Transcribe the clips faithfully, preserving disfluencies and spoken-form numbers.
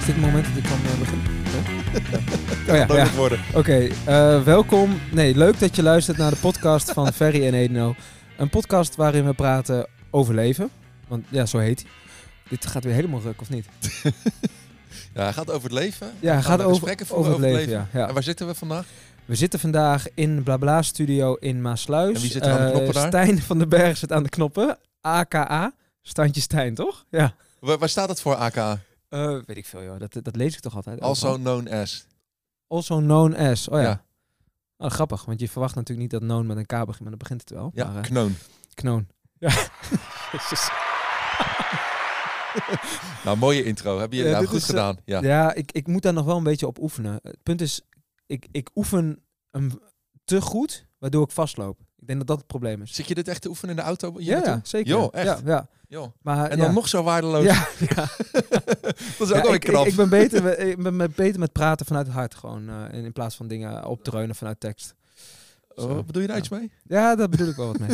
dit het moment dat ik kan uh, beginnen? Oh, oh ja, ja. Oké, okay, uh, welkom. Nee, leuk dat je luistert naar de podcast van Ferry en Edeno. Een podcast waarin we praten over leven. Want ja, zo heet hij. Dit gaat weer helemaal ruk, of niet? Ja, hij gaat over het leven. Ja, hij gaat over, over het over leven, leven. Ja, ja. En waar zitten we vandaag? We zitten vandaag in Blabla Studio in Maasluis. En wie zit er aan de knoppen daar? Stijn van den Berg zit aan de knoppen. A K A. Standje Stijn, toch? Ja. Waar, waar staat het voor, A K A? Uh, weet ik veel, joh. Dat, dat lees ik toch altijd? Also known as. Also known as. Oh ja. ja. Oh, grappig, want je verwacht natuurlijk niet dat known met een K begint, maar dan begint het wel. Ja, maar, uh, knoon. Knoon. Ja. Nou, mooie intro. Heb je ja, nou goed is, gedaan? Ja, ja ik, ik moet daar nog wel een beetje op oefenen. Het punt is, ik, ik oefen hem te goed, waardoor ik vastloop. Ik denk dat dat het probleem is. Zit je dit echt te oefenen in de auto? Ja, ja, zeker. Jo, echt? Ja, ja. Jo. Maar, en dan ja. nog zo waardeloos. Ja, ja. Dat is ook ja, wel ik, knap. ik, ik ben beter, ik ben met, beter met praten vanuit het hart. Gewoon, uh, in, in plaats van dingen op te reunen vanuit tekst. Oh, bedoel je daar ja. iets mee? Ja, daar bedoel ik wel wat mee.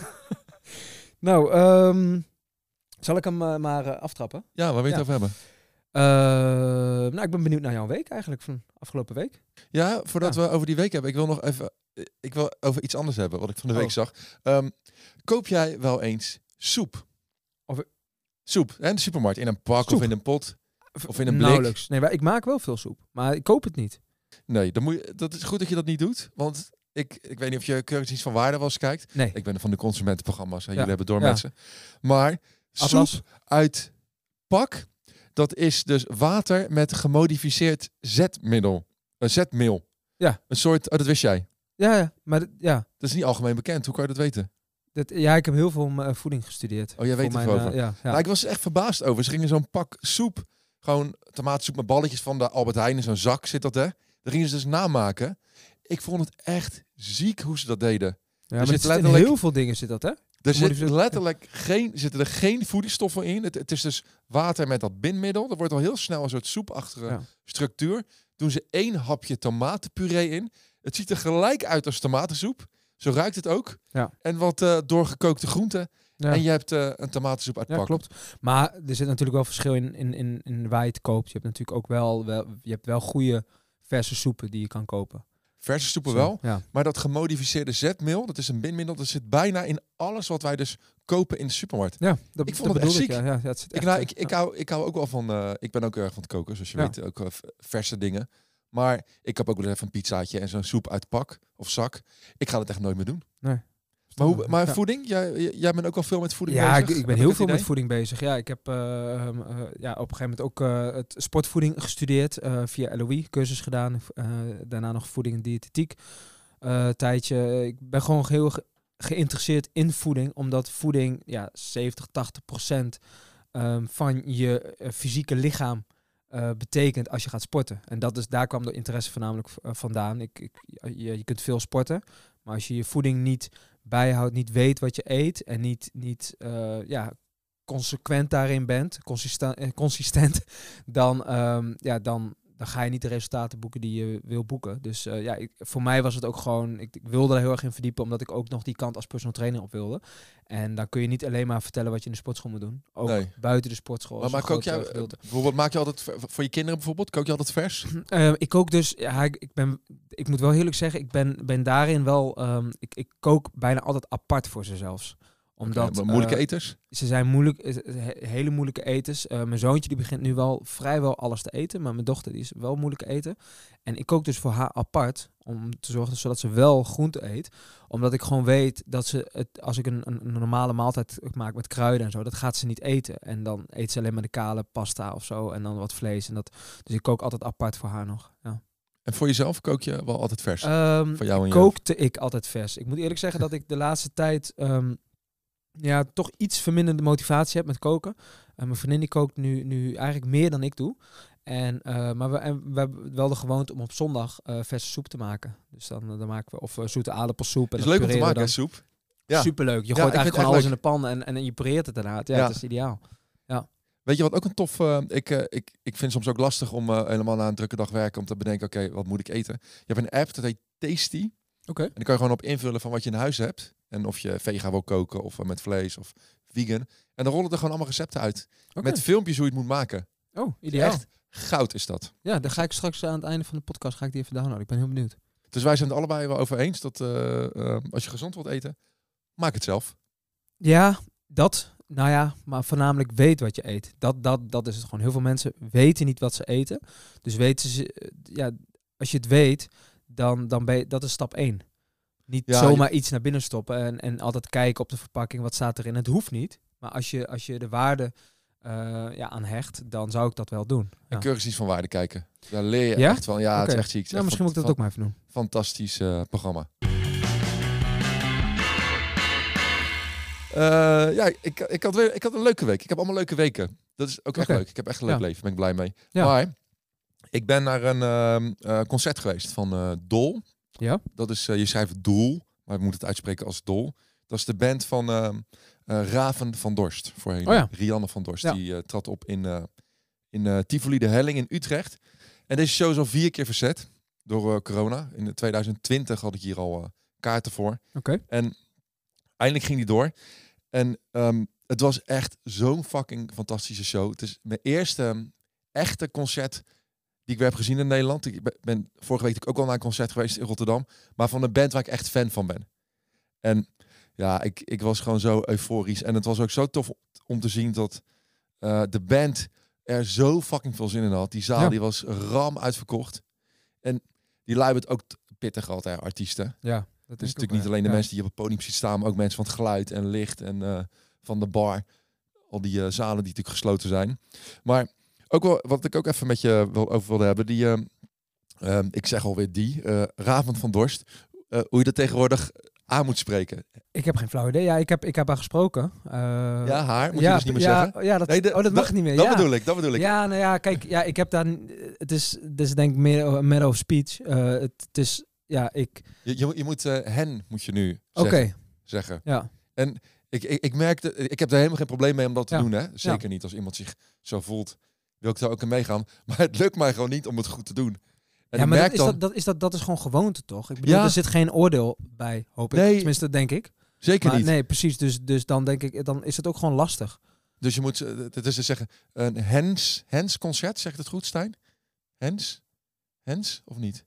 Nou, um, zal ik hem uh, maar uh, aftrappen? Ja, waar wil je het ja. over hebben? Uh, nou, ik ben benieuwd naar jouw week eigenlijk, van afgelopen week. Ja, voordat ja. we over die week hebben, ik wil nog even, ik wil over iets anders hebben, wat ik van de week oh. zag. Um, koop jij wel eens soep? Of soep, hè, in de supermarkt, in een pak soep. of in een pot of in een blik? Nauwelijks. Nee, ik maak wel veel soep, maar ik koop het niet. Nee, dan moet je, dat is goed dat je dat niet doet, want ik, ik weet niet of je Keuringsdienst van Waarde wel eens kijkt. Nee. Ik ben van de consumentenprogramma's en ja. jullie hebben door met ja. ze. Maar Atlas. soep uit pak, dat is dus water met gemodificeerd zetmiddel. Een zetmeel. Ja. Een soort, oh, dat wist jij. Ja, ja, maar d- ja. Dat is niet algemeen bekend. Hoe kan je dat weten? Dat, ja, ik heb heel veel uh, voeding gestudeerd. Oh, jij weet er erover. Uh, ja, ja. Nou, ik was er echt verbaasd over. Ze gingen zo'n pak soep, gewoon tomatensoep met balletjes van de Albert Heijn in zo'n zak zit dat, hè? Daar gingen ze dus namaken. Ik vond het echt ziek hoe ze dat deden. Ja, er zit zit letterlijk heel veel dingen zit dat, hè? Er zit letterlijk geen, zitten er geen voedingsstoffen in. Het, het is dus water met dat bindmiddel. Er wordt al heel snel een soort soepachtige ja. structuur. Doen ze één hapje tomatenpuree in. Het ziet er gelijk uit als tomatensoep. Zo ruikt het ook. Ja. En wat uh, doorgekookte groenten. Ja. En je hebt uh, een tomatensoep uit ja, pak. Klopt. Maar er zit natuurlijk wel verschil in, in, in, in waar je het koopt. Je hebt natuurlijk ook wel, wel, je hebt wel goede verse soepen die je kan kopen. Verse soepen Zo, wel, ja. Maar dat gemodificeerde zetmeel, dat is een bindmiddel, dat zit bijna in alles wat wij dus kopen in de supermarkt. Ja, dat, ik vond dat het echt ik, ziek. ja. Ja, het zit ik, echt, nou, ik, ja. ik, hou, ik hou ook wel van, uh, ik ben ook erg van het koken, zoals je ja. weet, ook uh, verse dingen. Maar ik heb ook wel even een pizzaatje en zo'n soep uit pak of zak. Ik ga dat echt nooit meer doen. Nee. Maar, hoe, maar ja. voeding? Jij, jij bent ook al veel met voeding ja, bezig? Ja, ik, ik ben heb heel ik veel idee? met voeding bezig. Ja, ik heb uh, um, uh, ja, op een gegeven moment ook uh, het sportvoeding gestudeerd. Uh, via L O I, cursus gedaan. Uh, daarna nog voeding en diëtetiek. Uh, tijdje. Ik ben gewoon heel ge- geïnteresseerd in voeding. Omdat voeding ja, zeventig, tachtig procent um, van je uh, fysieke lichaam uh, betekent als je gaat sporten. En dat is, daar kwam de interesse voornamelijk uh, vandaan. Ik, ik, je, je kunt veel sporten. Maar als je je voeding niet bijhoudt, niet weet wat je eet en niet, niet uh, ja, consequent daarin bent, consistent, eh, consistent dan, um, ja, dan, dan ga je niet de resultaten boeken die je wil boeken. Dus uh, ja, ik, voor mij was het ook gewoon, ik, ik wilde er heel erg in verdiepen, omdat ik ook nog die kant als personal trainer op wilde. En dan kun je niet alleen maar vertellen wat je in de sportschool moet doen. Ook nee. buiten de sportschool. Maar, maar kook jij, bijvoorbeeld, maak je altijd, voor je kinderen bijvoorbeeld, kook je altijd vers? Uh, ik kook dus, ja, ik, ik ben, ik moet wel eerlijk zeggen, ik ben, ben daarin wel, um, ik, ik kook bijna altijd apart voor ze zelfs. Omdat, okay, moeilijke uh, eters? Ze zijn moeilijk, he, hele moeilijke eters. Uh, mijn zoontje die begint nu wel vrijwel alles te eten, maar mijn dochter die is wel moeilijk eten. En ik kook dus voor haar apart, om te zorgen zodat ze wel groente eet. Omdat ik gewoon weet dat ze, het, als ik een, een, een normale maaltijd maak met kruiden en zo, dat gaat ze niet eten. En dan eet ze alleen maar de kale pasta of zo en dan wat vlees. En dat, dus ik kook altijd apart voor haar nog, ja. En voor jezelf kook je wel altijd vers? Um, voor jou en kookte ik altijd vers. Ik moet eerlijk zeggen dat ik de laatste tijd um, ja, toch iets verminderde motivatie heb met koken. Uh, mijn vriendin die kookt nu, nu eigenlijk meer dan ik doe. En, uh, maar we, en we hebben wel de gewoonte om op zondag uh, verse soep te maken. Dus dan, uh, dan maken we of uh, zoete aardappelsoep. En is leuk om te maken, soep. Ja. Superleuk. Je ja, gooit eigenlijk gewoon alles leuk. in de pan en, en je pareert het daarna. Ja, ja, het is ideaal. Ja. Weet je wat ook een tof... Uh, ik, uh, ik, ik vind soms ook lastig om uh, helemaal na een drukke dag werken om te bedenken, oké, okay, wat moet ik eten? Je hebt een app, dat heet Tasty. Oké. Okay. En dan kan je gewoon op invullen van wat je in huis hebt. En of je vega wil koken of uh, met vlees of vegan. En dan rollen er gewoon allemaal recepten uit. Okay. Met filmpjes hoe je het moet maken. Oh, ideaal. Echt Goud is dat. Ja, dan ga ik straks aan het einde van de podcast ga ik die even downloaden. Ik ben heel benieuwd. Dus wij zijn het allebei wel over eens dat uh, uh, als je gezond wilt eten, maak het zelf. Ja, dat. Nou ja, maar voornamelijk weet wat je eet. Dat, dat, dat is het gewoon. Heel veel mensen weten niet wat ze eten. Dus weten ze, ja, als je het weet, dan, dan ben je, dat is stap één. Niet ja, zomaar je... iets naar binnen stoppen en, en altijd kijken op de verpakking, wat staat erin. Het hoeft niet. Maar als je, als je de waarde uh, ja, aan hecht, dan zou ik dat wel doen. En ja. keurig iets van waarde kijken. Daar leer je ja? echt van. Ja, okay. Het is echt ziek. Nou, misschien moet ik dat ook maar even doen. Fantastisch uh, programma. Uh, ja, ik, ik, had weer, ik had een leuke week. Ik heb allemaal leuke weken. Dat is ook echt okay. leuk. Ik heb echt een leuk ja. leven. Daar ben ik blij mee. Ja. Maar ik ben naar een uh, uh, concert geweest van uh, Dol. Ja. Dat is, uh, je schrijft Doel, maar we moeten het uitspreken als Dol. Dat is de band van uh, uh, Raven van Dorst. Voorheen. Oh ja. Rianne van Dorst. Ja. Die uh, trad op in, uh, in uh, Tivoli de Helling in Utrecht. En deze show is al vier keer verzet door uh, corona. In twintig twintig had ik hier al uh, kaarten voor. Oké. Okay. En eindelijk ging die door. En um, het was echt zo'n fucking fantastische show. Het is mijn eerste um, echte concert die ik weer heb gezien in Nederland. Ik ben vorige week ook al naar een concert geweest in Rotterdam. Maar van een band waar ik echt fan van ben. En ja, ik, ik was gewoon zo euforisch. En het was ook zo tof om te zien dat uh, de band er zo fucking veel zin in had. Die zaal ja. die was ram uitverkocht. En die lui het ook pittig altijd, artiesten. Ja. Het is natuurlijk niet alleen de ja. mensen die op het podium zien staan, maar ook mensen van het geluid en licht en uh, van de bar. Al die uh, zalen die natuurlijk gesloten zijn. Maar ook wel, wat ik ook even met je wil, over wilde hebben, die, uh, uh, ik zeg alweer die, uh, Raven van Dorst, uh, hoe je dat tegenwoordig aan moet spreken. Ik heb geen flauw idee. Ja, ik heb, ik heb haar gesproken. Uh, ja, haar, moet ja, je dus niet meer ja, zeggen? Ja, dat, nee, de, oh, dat mag dat, niet meer. Dat ja. bedoel ik, dat bedoel ik. Ja, nou ja, kijk, ja, ik heb daar, het is, het is denk ik meer een matter of speech. Uh, het, het is, ja, ik... Je, je, je moet uh, hen, moet je nu zeggen. Okay. zeggen. Ja. En ik, ik, ik merkte, ik heb daar helemaal geen probleem mee om dat te ja. doen, hè. Zeker ja. niet als iemand zich zo voelt. Wil ik daar ook in meegaan. Maar het lukt mij gewoon niet om het goed te doen. En ja, maar merk dat, dan... is dat, dat, is dat, dat is gewoon gewoonte, toch? Ik bedoel, ja. er zit geen oordeel bij, hoop ik. Nee. Tenminste, denk ik. Zeker maar, niet. Nee, precies. Dus, dus dan denk ik, dan is het ook gewoon lastig. Dus je moet, het is te zeggen, een Hens, Hens concert, zegt het goed, Stijn? Hens? Hens of niet?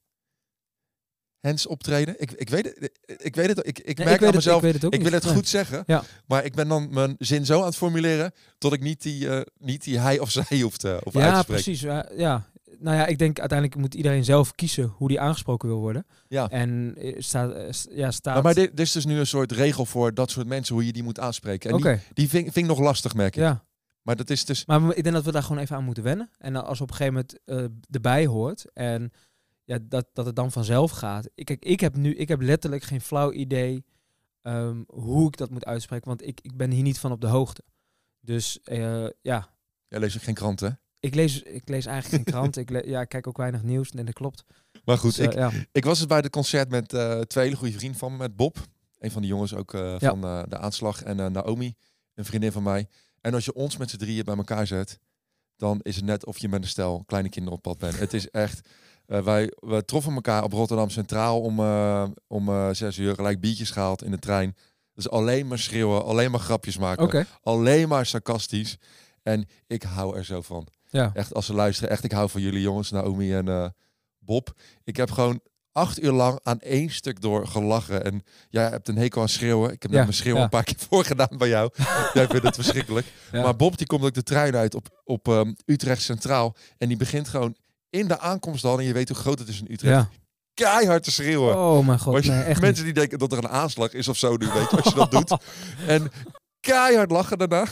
Hens optreden. Ik, ik weet het. Ik weet het. Ik, ik nee, merk ik aan mezelf. Het, ik, het ik wil het nee. goed zeggen. Ja. Maar ik ben dan mijn zin zo aan het formuleren tot ik niet die, uh, niet die hij of zij hoeft uh, of ja, uit te spreken. Precies, ja, precies. Ja. Nou ja, ik denk uiteindelijk moet iedereen zelf kiezen hoe die aangesproken wil worden. Ja. En staat, ja, staat. Nou, maar dit, dit is dus nu een soort regel voor dat soort mensen hoe je die moet aanspreken. En okay. die, die vind, vind ik nog lastig, merk ik. Ja. Maar dat is dus. Maar ik denk dat we daar gewoon even aan moeten wennen. En als op een gegeven moment uh, erbij hoort en ja, dat, dat het dan vanzelf gaat. Ik, kijk, ik heb nu, ik heb letterlijk geen flauw idee um, hoe ik dat moet uitspreken, want ik, ik ben hier niet van op de hoogte. Dus uh, ja. Jij leest ook geen krant, hè? Ik lees, ik lees eigenlijk geen krant. ik, le- ja, ik kijk ook weinig nieuws. En dat klopt. Maar goed, dus, uh, ik, ja. ik was dus bij het concert met uh, twee hele goede vrienden van me, met Bob. Een van de jongens ook uh, ja. van uh, De Aanslag. En uh, Naomi, een vriendin van mij. En als je ons met z'n drieën bij elkaar zet, dan is het net of je met een stel kleine kinderen op pad bent. Het is echt... Uh, wij we troffen elkaar op Rotterdam Centraal om, uh, om uh, zes uur. Gelijk biertjes gehaald in de trein. Dus alleen maar schreeuwen, alleen maar grapjes maken. Okay. Alleen maar sarcastisch. En ik hou er zo van. Ja. Echt, als ze luisteren, echt, ik hou van jullie jongens, Naomi en uh, Bob. Ik heb gewoon acht uur lang aan één stuk door gelachen. En jij hebt een hekel aan schreeuwen. Ik heb net ja, mijn schreeuwen ja. een paar keer voorgedaan bij jou. Jij vindt het verschrikkelijk. Ja. Maar Bob, die komt ook de trein uit op, op um, Utrecht Centraal. En die begint gewoon in de aankomst al. En je weet hoe groot het is in Utrecht. Ja. Keihard te schreeuwen. Oh mijn god, je, nee, echt mensen die denken dat er een aanslag is of zo nu, weet je, als je dat doet. En keihard lachen daarna.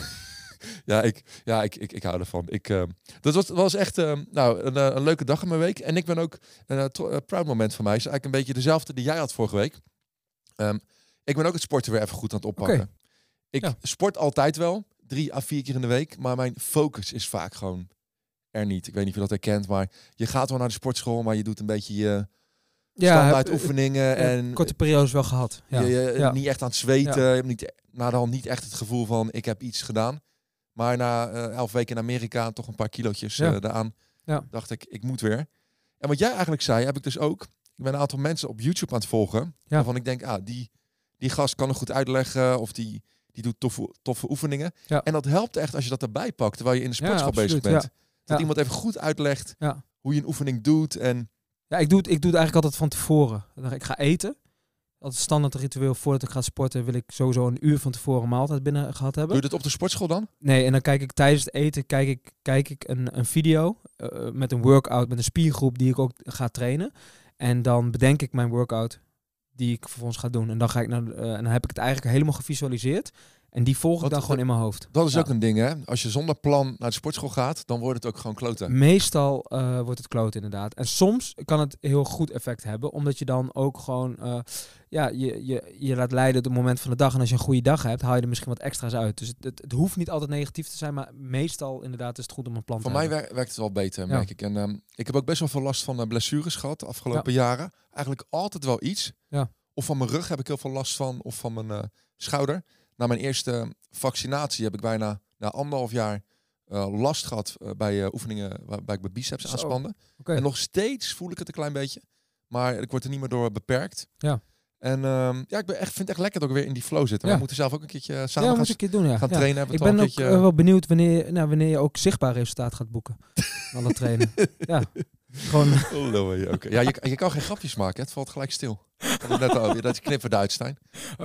Ja, ik, ja ik, ik, ik hou ervan. Ik, uh, dat was, was echt uh, nou, een, uh, een leuke dag in mijn week. En ik ben ook, een uh, tro- uh, proud moment van mij is eigenlijk een beetje dezelfde die jij had vorige week. Um, ik ben ook het sporten weer even goed aan het oppakken. Okay. Ik ja. sport altijd wel, drie à vier keer in de week. Maar mijn focus is vaak gewoon er niet. Ik weet niet of je dat herkent, maar je gaat wel naar de sportschool, maar je doet een beetje je ja, standaard heb, oefeningen. Ja, en korte periodes wel gehad. Ja. Je, je ja. niet echt aan het zweten. Ja. Je hebt niet, na de hand niet echt het gevoel van ik heb iets gedaan. Maar na uh, elf weken in Amerika toch een paar kilootjes ja. uh, daaraan. Ja. Dacht ik, ik moet weer. En wat jij eigenlijk zei, heb ik dus ook. Ik ben een aantal mensen op YouTube aan het volgen. Ja. Waarvan ik denk, ah, die, die gast kan het goed uitleggen. Of die, die doet toffe, toffe oefeningen. Ja. En dat helpt echt als je dat erbij pakt. Terwijl je in de sportschool ja, bezig bent. Ja. Dat Ja. iemand even goed uitlegt Ja. hoe je een oefening doet. En Ja, ik doe, het, ik doe het eigenlijk altijd van tevoren. Dan, ik ga eten. Als standaard ritueel voordat ik ga sporten wil ik sowieso een uur van tevoren een maaltijd binnen gehad hebben. doe je dat op de sportschool dan? Nee, en dan kijk ik tijdens het eten kijk ik, kijk ik een, een video uh, met een workout, met een spiergroep die ik ook ga trainen. En dan bedenk ik mijn workout die ik vervolgens ga doen. En dan, ga ik naar, uh, en dan heb ik het eigenlijk helemaal gevisualiseerd. En die volg ik Want dan dat- gewoon in mijn hoofd. Dat is Ja. ook een ding, hè? Als je zonder plan naar de sportschool gaat, dan wordt het ook gewoon kloten. Meestal uh, wordt het kloot inderdaad. En soms kan het heel goed effect hebben, omdat je dan ook gewoon uh, ja, je, je, je laat leiden door het moment van de dag. En als je een goede dag hebt, haal je er misschien wat extra's uit. Dus het, het, het hoeft niet altijd negatief te zijn, maar meestal inderdaad is het goed om een plan Voor te mij hebben. wer- werkt het wel beter, Ja. merk ik. En um, ik heb ook best wel veel last van uh, blessures gehad de afgelopen jaren. Eigenlijk altijd wel iets. Ja. Of van mijn rug heb ik heel veel last van, of van mijn uh, schouder. Na mijn eerste vaccinatie heb ik bijna na anderhalf jaar uh, last gehad uh, bij uh, oefeningen waarbij ik mijn biceps Zo. aanspande. Okay. En nog steeds voel ik het een klein beetje. Maar ik word er niet meer door beperkt. Ja. En um, ja, ik ben echt, vind het echt lekker dat ik weer in die flow zit. En Ja. we moeten zelf ook een keertje uh, samen Ja, gaan, moet ik een keer doen, ja. gaan ja. trainen. Hebben Ik we het ben wel ook een keertje, uh, wel benieuwd wanneer, nou, wanneer je ook zichtbaar resultaat gaat boeken. Aan het trainen. Ja. Gewoon... Oh, no, ja, okay. ja, je, je kan geen grapjes maken. Het valt gelijk stil. Ik had het net al, dat je knipperde Uitstein. Oh.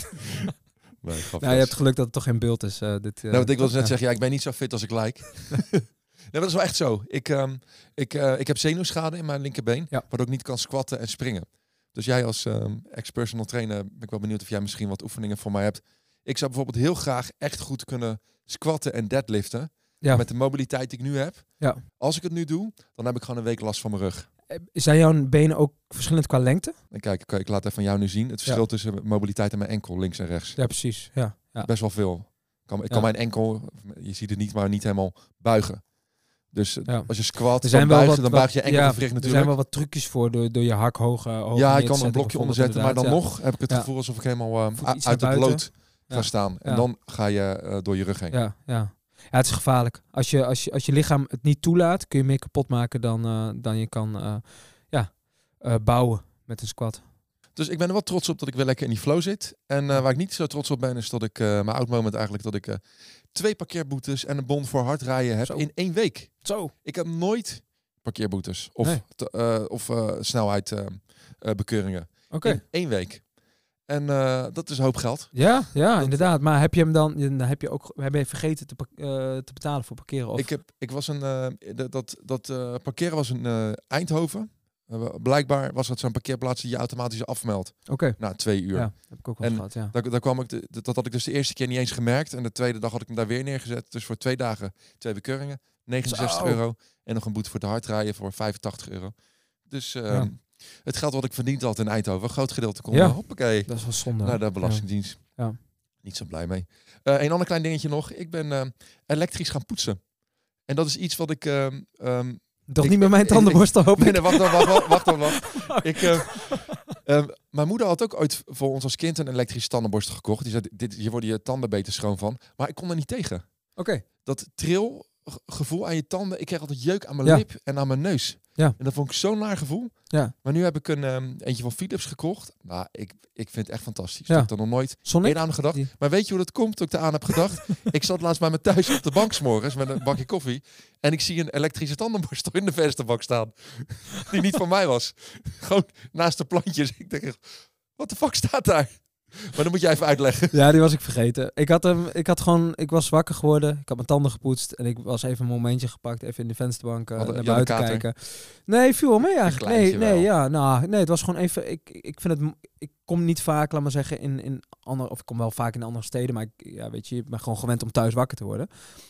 Nee, grapjes. Nou, je hebt geluk dat het toch geen beeld is. Uh, dit, uh, nou, wat ik wilde net ja. zeggen, ja, ik ben niet zo fit als ik lijk. Nee, maar dat is wel echt zo. Ik, um, ik, uh, ik heb zenuwschade in mijn linkerbeen, Ja. waardoor ik niet kan squatten en springen. Dus jij als um, ex-personal trainer, ben ik wel benieuwd of jij misschien wat oefeningen voor mij hebt. Ik zou bijvoorbeeld heel graag echt goed kunnen squatten en deadliften. Ja. Met de mobiliteit die ik nu heb. Ja. Als ik het nu doe, dan heb ik gewoon een week last van mijn rug. Zijn jouw benen ook verschillend qua lengte? En kijk, ik, ik laat even van jou nu zien. Het verschil Ja. tussen mobiliteit en mijn enkel, links en rechts. Ja, precies. Ja. Ja. Best wel veel. Ik kan, ik kan Ja. mijn enkel, je ziet het niet, maar niet helemaal buigen. Dus Ja. als je squat, Er zijn dan, wel buig, wat, je, dan wat- buig je enkel ja, gewricht Er natuurlijk. zijn wel wat trucjes voor door, door je hak hoog, uh, hoog Ja, neer ik te kan een zetten, blokje bijvoorbeeld, onderzetten, maar dan inderdaad. nog heb ik het Ja. gevoel alsof ik helemaal uh, Voet uit iets het naar buiten. lood ga Ja. staan. En Ja. dan ga je uh, door je rug heen. Ja, ja, ja. Ja, het is gevaarlijk. Als je, als je, als je lichaam het niet toelaat, kun je meer kapot maken dan, uh, dan je kan uh, ja, uh, bouwen met een squat. Dus ik ben er wel trots op dat ik weer lekker in die flow zit. En uh, waar ik niet zo trots op ben, is dat ik, uh, mijn oud moment eigenlijk, dat ik uh, twee parkeerboetes en een bon voor hard rijden heb Zo. in één week. Zo. Ik heb nooit parkeerboetes of, Nee. te, uh, of uh, snelheidbekeuringen uh, uh, Oké. in één week. En uh, dat is een hoop geld. Ja, ja, inderdaad. Maar heb je hem dan, dan heb je ook, heb je vergeten te, uh, te betalen voor parkeren? Of? Ik, heb, ik was een, uh, dat, dat, dat uh, parkeren was in uh, Eindhoven. Uh, blijkbaar was het zo'n parkeerplaats die je automatisch afmeldt. Oké. Okay. Na twee uur. Ja, heb ik ook wel en gehad, ja. Daar, daar kwam ik de, dat had ik dus de eerste keer niet eens gemerkt. En de tweede dag had ik hem daar weer neergezet. Dus voor twee dagen twee bekeuringen. negenenzestig Zo. euro. En nog een boete voor de hardrijden voor vijfentachtig euro. Dus uh, Ja. het geld wat ik verdiend had in Eindhoven, een groot gedeelte kon. Ja. Uh, hoppakee. Dat is wel zonde. Naar de Belastingdienst. Ja. Ja. Niet zo blij mee. Uh, een ander klein dingetje nog. Ik ben uh, elektrisch gaan poetsen. En dat is iets wat ik... Uh, um, Toch ik, niet met mijn tandenborstel, hoop ik. Nee, nee, wacht dan, wacht, wacht, wacht dan, wacht. Ik, uh, uh, mijn moeder had ook ooit voor ons als kind een elektrische tandenborstel gekocht. Die zei, dit, hier worden je tanden beter schoon van. Maar ik kon er niet tegen. Oké. Okay. Dat trilgevoel aan je tanden. Ik kreeg altijd jeuk aan mijn Ja. lip en aan mijn neus. Ja. En dat vond ik zo'n naar gevoel. Ja. Maar nu heb ik een um, eentje van Philips gekocht. Nou, ik, ik vind het echt fantastisch. Ja. Ik heb er nog nooit Sonic? eerder aan gedacht. Die. Maar weet je hoe dat komt dat ik eraan heb gedacht? Ik zat laatst bij me thuis op de bank 's morgens met een bakje koffie. En ik zie een elektrische tandenborstel in de vensterbank staan. Die niet van mij was. Gewoon naast de plantjes. Ik denk, wat de fuck staat daar? Maar dan moet jij even uitleggen. Ja, die was ik vergeten. Ik had hem, ik had gewoon, ik was wakker geworden. Ik had mijn tanden gepoetst en ik was even een momentje gepakt, even in de vensterbank uh, Hadden- naar je had buiten een kater? kijken. Nee, viel wel mee eigenlijk. Nee, kleintje nee, wel. ja, nou, nee, het was gewoon even. Ik, ik vind het, m- ik kom niet vaak, laat maar zeggen, in in andere, of ik kom wel vaak in andere steden, maar ik, ja, weet je, ik ben gewoon gewend om thuis wakker te worden.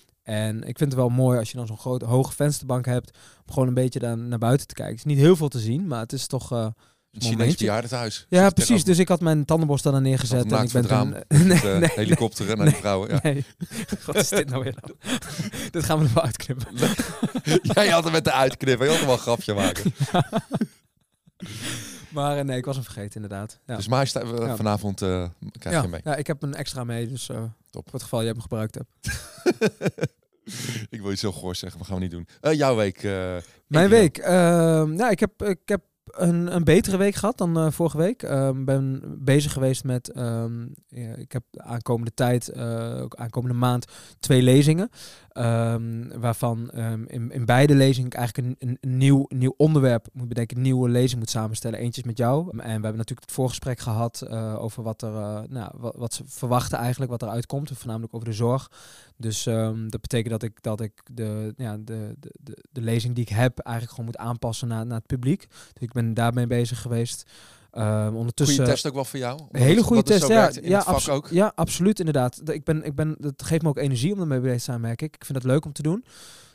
En ik vind het wel mooi als je dan zo'n grote hoge vensterbank hebt, om gewoon een beetje daar naar buiten te kijken. Het is niet heel veel te zien, maar het is toch. Uh, Een Chinees bejaardentehuis. Ja, precies. Dus ik had mijn tandenborstel daar neergezet. En ik ben toen... nee, nee, uh, nee, helikopteren naar nee, die vrouwen. Ja. nee. Wat is dit nou weer dan? Dit gaan we er wel uitknippen. Jij had hem met de uitknippen. Je had hem wel een grapje maken. Maar uh, nee, ik was hem vergeten inderdaad. Ja. Dus maar sta, uh, Ja. vanavond uh, krijg ja. je mee. Ja, ik heb een extra mee. Dus uh, Top. voor het geval je hem gebruikt hebt. Ik wil iets heel goors zeggen, maar gaan we niet doen. Uh, jouw week. Uh, Mijn week. Uh, nou, ik heb... Ik heb een, een betere week gehad dan uh, vorige week. Ik uh, ben bezig geweest met, um, ja, ik heb de aankomende tijd, uh, ook aankomende maand, twee lezingen. Um, waarvan um, in, in beide lezingen ik eigenlijk een, een, een nieuw, nieuw onderwerp moet bedenken, een nieuwe lezing moet samenstellen. Eentje is met jou. En we hebben natuurlijk het voorgesprek gehad uh, over wat er, uh, nou, wat, wat ze verwachten eigenlijk, wat er uitkomt. Voornamelijk over de zorg. Dus um, dat betekent dat ik, dat ik de, ja, de, de, de, de lezing die ik heb eigenlijk gewoon moet aanpassen naar, naar het publiek. Dus ik ben daarmee bezig geweest. Um, ondertussen goede test ook wel voor jou? Een hele goede test, ja. Ja, abso- ook. ja, absoluut inderdaad. Ik ben, ik ben, dat geeft me ook energie om ermee bezig te zijn, merk ik. Ik vind het leuk om te doen.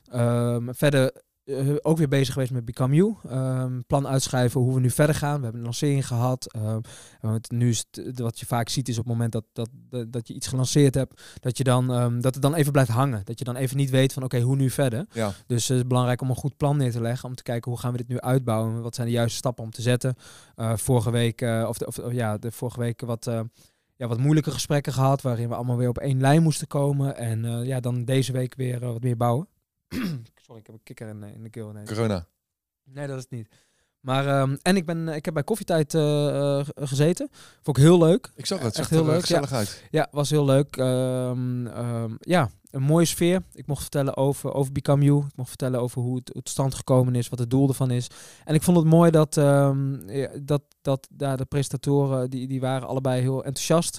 Um, verder uh, ook weer bezig geweest met Become You. Um, plan uitschrijven hoe we nu verder gaan. We hebben een lancering gehad. Um, want nu is het, wat je vaak ziet is op het moment dat, dat, dat, dat je iets gelanceerd hebt, dat, je dan, um, dat het dan even blijft hangen. Dat je dan even niet weet van oké, okay, hoe nu verder. Ja. Dus uh, het is belangrijk om een goed plan neer te leggen. Om te kijken hoe gaan we dit nu uitbouwen. Wat zijn de juiste stappen om te zetten. Uh, vorige week, uh, of, de, of, of ja, de vorige week wat... Uh, Ja, wat moeilijke gesprekken gehad, waarin we allemaal weer op één lijn moesten komen. En uh, ja, dan deze week weer uh, wat meer bouwen. Sorry, ik heb een kikker in, in de keel ineens. Corona. Nee, dat is het niet. Maar, um, en ik, ben, ik heb bij Koffietijd uh, uh, gezeten. Vond ik heel leuk. Ik zag het, echt heel leuk. gezellig ja. uit. Ja, was heel leuk. Um, um, ja, een mooie sfeer. Ik mocht vertellen over, over Become You. Ik mocht vertellen over hoe het tot stand gekomen is, wat het doel ervan is. En ik vond het mooi dat, um, ja, dat, dat daar de presentatoren, die, die waren allebei heel enthousiast.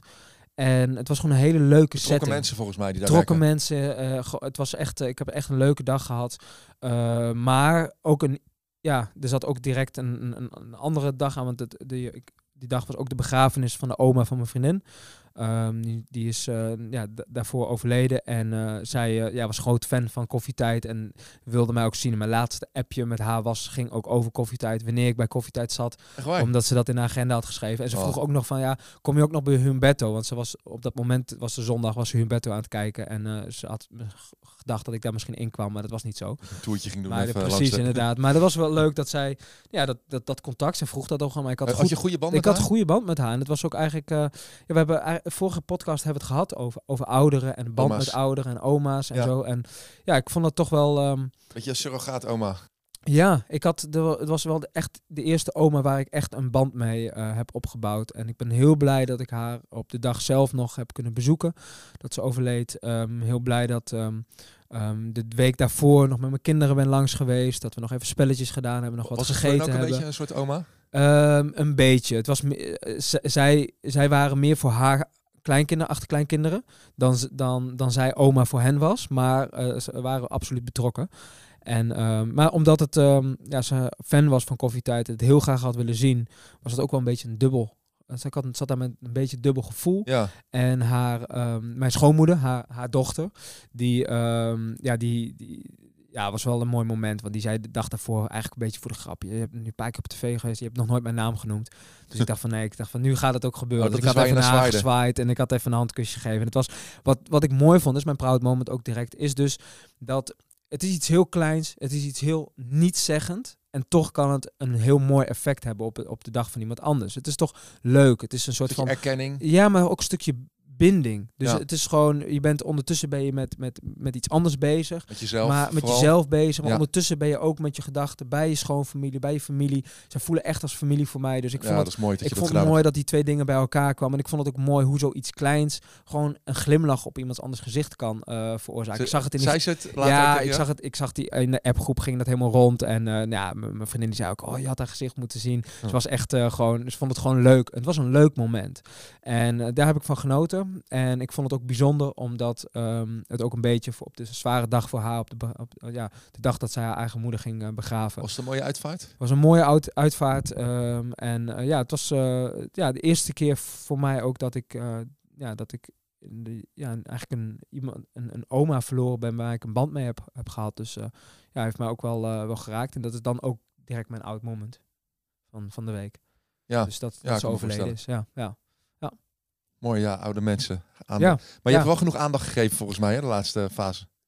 En het was gewoon een hele leuke Betrokken setting. mensen volgens mij die daar Betrokken werken. mensen. Uh, go- het was echt, uh, ik heb echt een leuke dag gehad. Uh, maar ook een, ja, er zat ook direct een, een, een andere dag aan. Want het, de, ik, die dag was ook de begrafenis van de oma van mijn vriendin. Um, die, die is uh, ja, d- daarvoor overleden. En uh, zij uh, ja, was groot fan van Koffietijd. En wilde mij ook zien. Mijn laatste appje met haar was, ging ook over Koffietijd. Wanneer ik bij Koffietijd zat. Omdat ze dat in de agenda had geschreven. En ze oh. vroeg ook nog van, ja, kom je ook nog bij Humberto? Want ze was op dat moment, was de zondag, was ze Humberto aan het kijken. En uh, ze had gedacht dat ik daar misschien in kwam. Maar dat was niet zo. Een toertje ging doen. Maar even de, precies, langs inderdaad. Maar dat was wel leuk dat zij, ja, dat, dat, dat contact. Ze vroeg dat ook gewoon. Maar ik had, uh, goed, had je goede band met ik had haar? een goede band met haar. En het was ook eigenlijk, uh, ja, we hebben vorige podcast hebben we het gehad over, over ouderen en band oma's. Met ouderen en oma's en ja. zo. En ja, ik vond dat toch wel... Um, Beetje een surrogaat oma. Ja, ik had de, het was wel de, echt de eerste oma waar ik echt een band mee uh, heb opgebouwd. En ik ben heel blij dat ik haar op de dag zelf nog heb kunnen bezoeken. Dat ze overleed. Um, heel blij dat um, um, de week daarvoor nog met mijn kinderen ben langs geweest. Dat we nog even spelletjes gedaan hebben, nog wat was gegeten hebben. Was het ook een beetje een soort oma? Um, een beetje. Het was uh, z- zij, zij waren meer voor haar kleinkinderen, achterkleinkinderen, dan, dan, dan zij oma voor hen was. Maar uh, ze waren absoluut betrokken. En, um, maar omdat het, um, ja, ze fan was van Koffietijd, het heel graag had willen zien, was het ook wel een beetje een dubbel. Ze had, zat daar met een beetje dubbel gevoel. Ja. En haar, um, mijn schoonmoeder, haar, haar dochter, die, um, ja, die, die ja, was wel een mooi moment. Want die zei de dag daarvoor eigenlijk een beetje voor de grap. Je hebt nu een paar keer op tv geweest, je hebt nog nooit mijn naam genoemd. Dus ik dacht van nee, ik dacht van nu gaat het ook gebeuren. Oh, dat dus ik had even naar haar zwaaide. gezwaaid en ik had even een handkusje gegeven. En het was, wat, wat ik mooi vond, is mijn proud moment ook direct, is dus dat het is iets heel kleins, het is iets heel nietszeggend. En toch kan het een heel mooi effect hebben op, op de dag van iemand anders. Het is toch leuk. Het is een soort van erkenning. Ja, maar ook een stukje binding. Dus ja. het is gewoon, je bent ondertussen ben je met, met, met iets anders bezig. Met jezelf. Maar met vooral. jezelf bezig. Maar ja. ondertussen ben je ook met je gedachten bij je schoonfamilie, bij je familie. Ze voelen echt als familie voor mij. Dus ik ja, vond dat het, is mooi dat ik je vond dat het mooi hebt. dat die twee dingen bij elkaar kwamen. En ik vond het ook mooi hoe zoiets kleins gewoon een glimlach op iemands anders gezicht kan uh, veroorzaken. Ze, ik zag het in die... die... Zij het later ja, ook, ik ja? zag het. Ik zag die in de appgroep ging dat helemaal rond. En uh, nou ja, mijn vriendin die zei ook, oh, je had haar gezicht moeten zien. Hm. Ze was echt uh, gewoon, ze vond het gewoon leuk. Het was een leuk moment. En uh, daar heb ik van genoten. En ik vond het ook bijzonder, omdat um, het ook een beetje voor op de zware dag voor haar, op de, op, ja, de dag dat zij haar eigen moeder ging uh, begraven. Was het een mooie uitvaart? Het was een mooie uit, uitvaart. Um, en uh, ja, het was uh, ja, de eerste keer voor mij ook dat ik, uh, ja, dat ik de, ja, eigenlijk een, iemand, een, een oma verloren ben waar ik een band mee heb, heb gehad. Dus uh, ja, heeft mij ook wel, uh, wel geraakt. En dat is dan ook direct mijn oud moment van, van de week. Ja. Dus dat, ja, dat ze overleden is. Ja, ja. Ja. Mooi, ja, oude mensen. Ja, maar je ja. hebt wel genoeg aandacht gegeven volgens mij, hè, de laatste fase.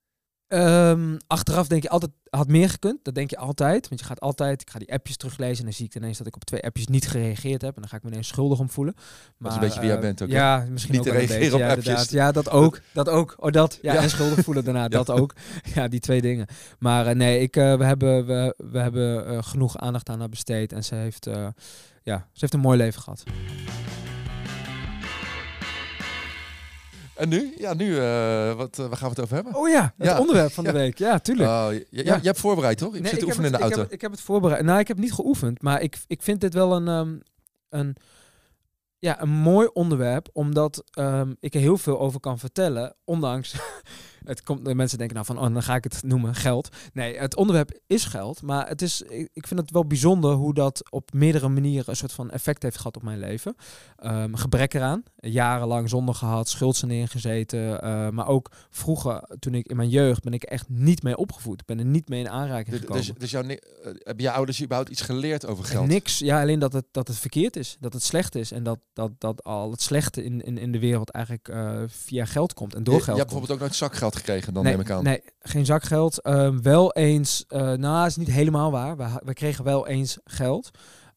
Um, achteraf denk je altijd, had meer gekund. Dat denk je altijd. Want je gaat altijd, ik ga die appjes teruglezen en dan zie ik ineens dat ik op twee appjes niet gereageerd heb. En dan ga ik me ineens schuldig om voelen. Maar, dat is een beetje wie jij bent ook. Ja, misschien niet ook te reageren beetje, op ja, appjes. Inderdaad. Ja, dat ook. Dat ook. Oh, dat. Ja, ja. en schuldig voelen daarna. Ja. Dat ook. Ja, die twee dingen. Maar uh, nee, ik, uh, we hebben, we, we hebben uh, genoeg aandacht aan haar besteed. En ze heeft, uh, ja, ze heeft een mooi leven gehad. En nu? Ja, nu, uh, wat, uh, waar gaan we het over hebben? Oh ja, het ja. onderwerp van de ja. week. Ja, tuurlijk. Oh, je, je, ja. je hebt voorbereid, toch? Ik nee, zit te ik oefenen het, in de auto. Ik heb, ik heb het voorbereid. Nou, ik heb niet geoefend, maar ik, ik vind dit wel een, um, een, ja, een mooi onderwerp, omdat um, ik er heel veel over kan vertellen, ondanks... Het komt, de mensen denken nou van, oh, dan ga ik het noemen, geld. Nee, het onderwerp is geld, maar het is, ik, ik vind het wel bijzonder hoe dat op meerdere manieren een soort van effect heeft gehad op mijn leven. Um, gebrek eraan, jarenlang zonde gehad, schuldsanering gezeten, uh, maar ook vroeger, toen ik in mijn jeugd, ben ik echt niet mee opgevoed. Ben er niet mee in aanraking gekomen. Dus, dus jouw, uh, hebben jouw ouders überhaupt iets geleerd over geld? Niks, ja, alleen dat het, dat het verkeerd is, dat het slecht is en dat, dat, dat al het slechte in, in, in de wereld eigenlijk uh, via geld komt en door je, geld je hebt komt. bijvoorbeeld ook nooit zakgeld gekregen, dan nee, neem ik aan. Nee, geen zakgeld. Uh, wel eens, uh, nou, is niet helemaal waar. We, we kregen wel eens geld.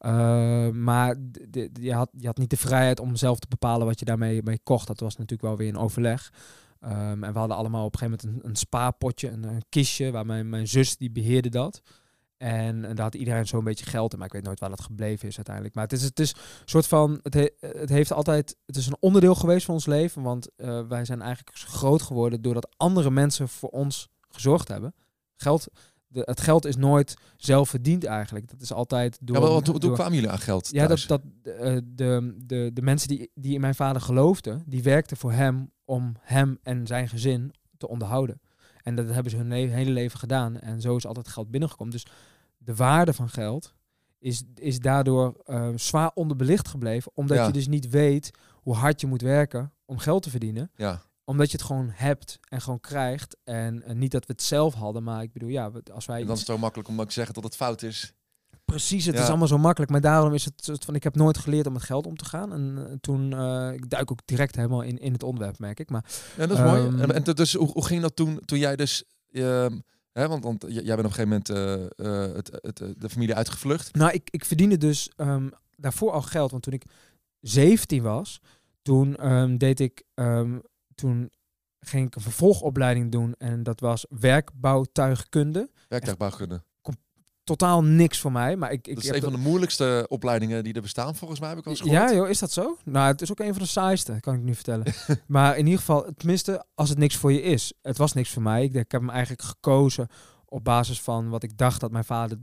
Uh, maar de, de, je, had, je had niet de vrijheid om zelf te bepalen wat je daarmee mee kocht. Dat was natuurlijk wel weer een overleg. Um, en we hadden allemaal op een gegeven moment een, een spaarpotje, een, een kistje, waar mijn, mijn zus, die beheerde dat. En, en daar had iedereen zo'n beetje geld in, maar ik weet nooit waar dat gebleven is uiteindelijk. Maar het is, het is een soort van, het, he, het heeft altijd, het is een onderdeel geweest van ons leven, want uh, wij zijn eigenlijk groot geworden doordat andere mensen voor ons gezorgd hebben. Geld, de, het geld is nooit zelf verdiend eigenlijk. Dat is altijd door... Ja, maar wat, hoe door, kwamen jullie aan geld Ja, thuis? dat, dat uh, de, de, de mensen die, die in mijn vader geloofden, die werkten voor hem om hem en zijn gezin te onderhouden. En dat hebben ze hun le- hele leven gedaan. En zo is altijd geld binnengekomen. Dus de waarde van geld is, is daardoor uh, zwaar onderbelicht gebleven. Omdat ja. je dus niet weet hoe hard je moet werken om geld te verdienen. Ja. Omdat je het gewoon hebt en gewoon krijgt. En uh, niet dat we het zelf hadden. Maar ik bedoel, ja, als wij... En dan is het zo makkelijk om ook te zeggen dat het fout is. Precies, het ja. is allemaal zo makkelijk. Maar daarom is het soort van, ik heb nooit geleerd om met geld om te gaan. En uh, toen, uh, ik duik ook direct helemaal in, in het onderwerp, merk ik. Maar, ja, dat is um, mooi. En, en dus, hoe, hoe ging dat toen, toen jij dus... Uh, hè, want, want jij bent op een gegeven moment uh, uh, het, het, het, de familie uitgevlucht. Nou, ik, ik verdiende dus um, daarvoor al geld. Want toen ik zeventien was, toen um, deed ik... Um, toen ging ik een vervolgopleiding doen. En dat was werkbouwtuigkunde. Werktuigbouwkunde. Totaal niks voor mij. Maar ik, ik dat is een van de moeilijkste opleidingen die er bestaan, volgens mij, heb ik al eens gehoord. Ja, joh, is dat zo? Nou, het is ook een van de saaiste, kan ik nu vertellen. Maar in ieder geval, tenminste, als het niks voor je is. Het was niks voor mij. Ik, ik heb hem eigenlijk gekozen op basis van wat ik dacht dat mijn vader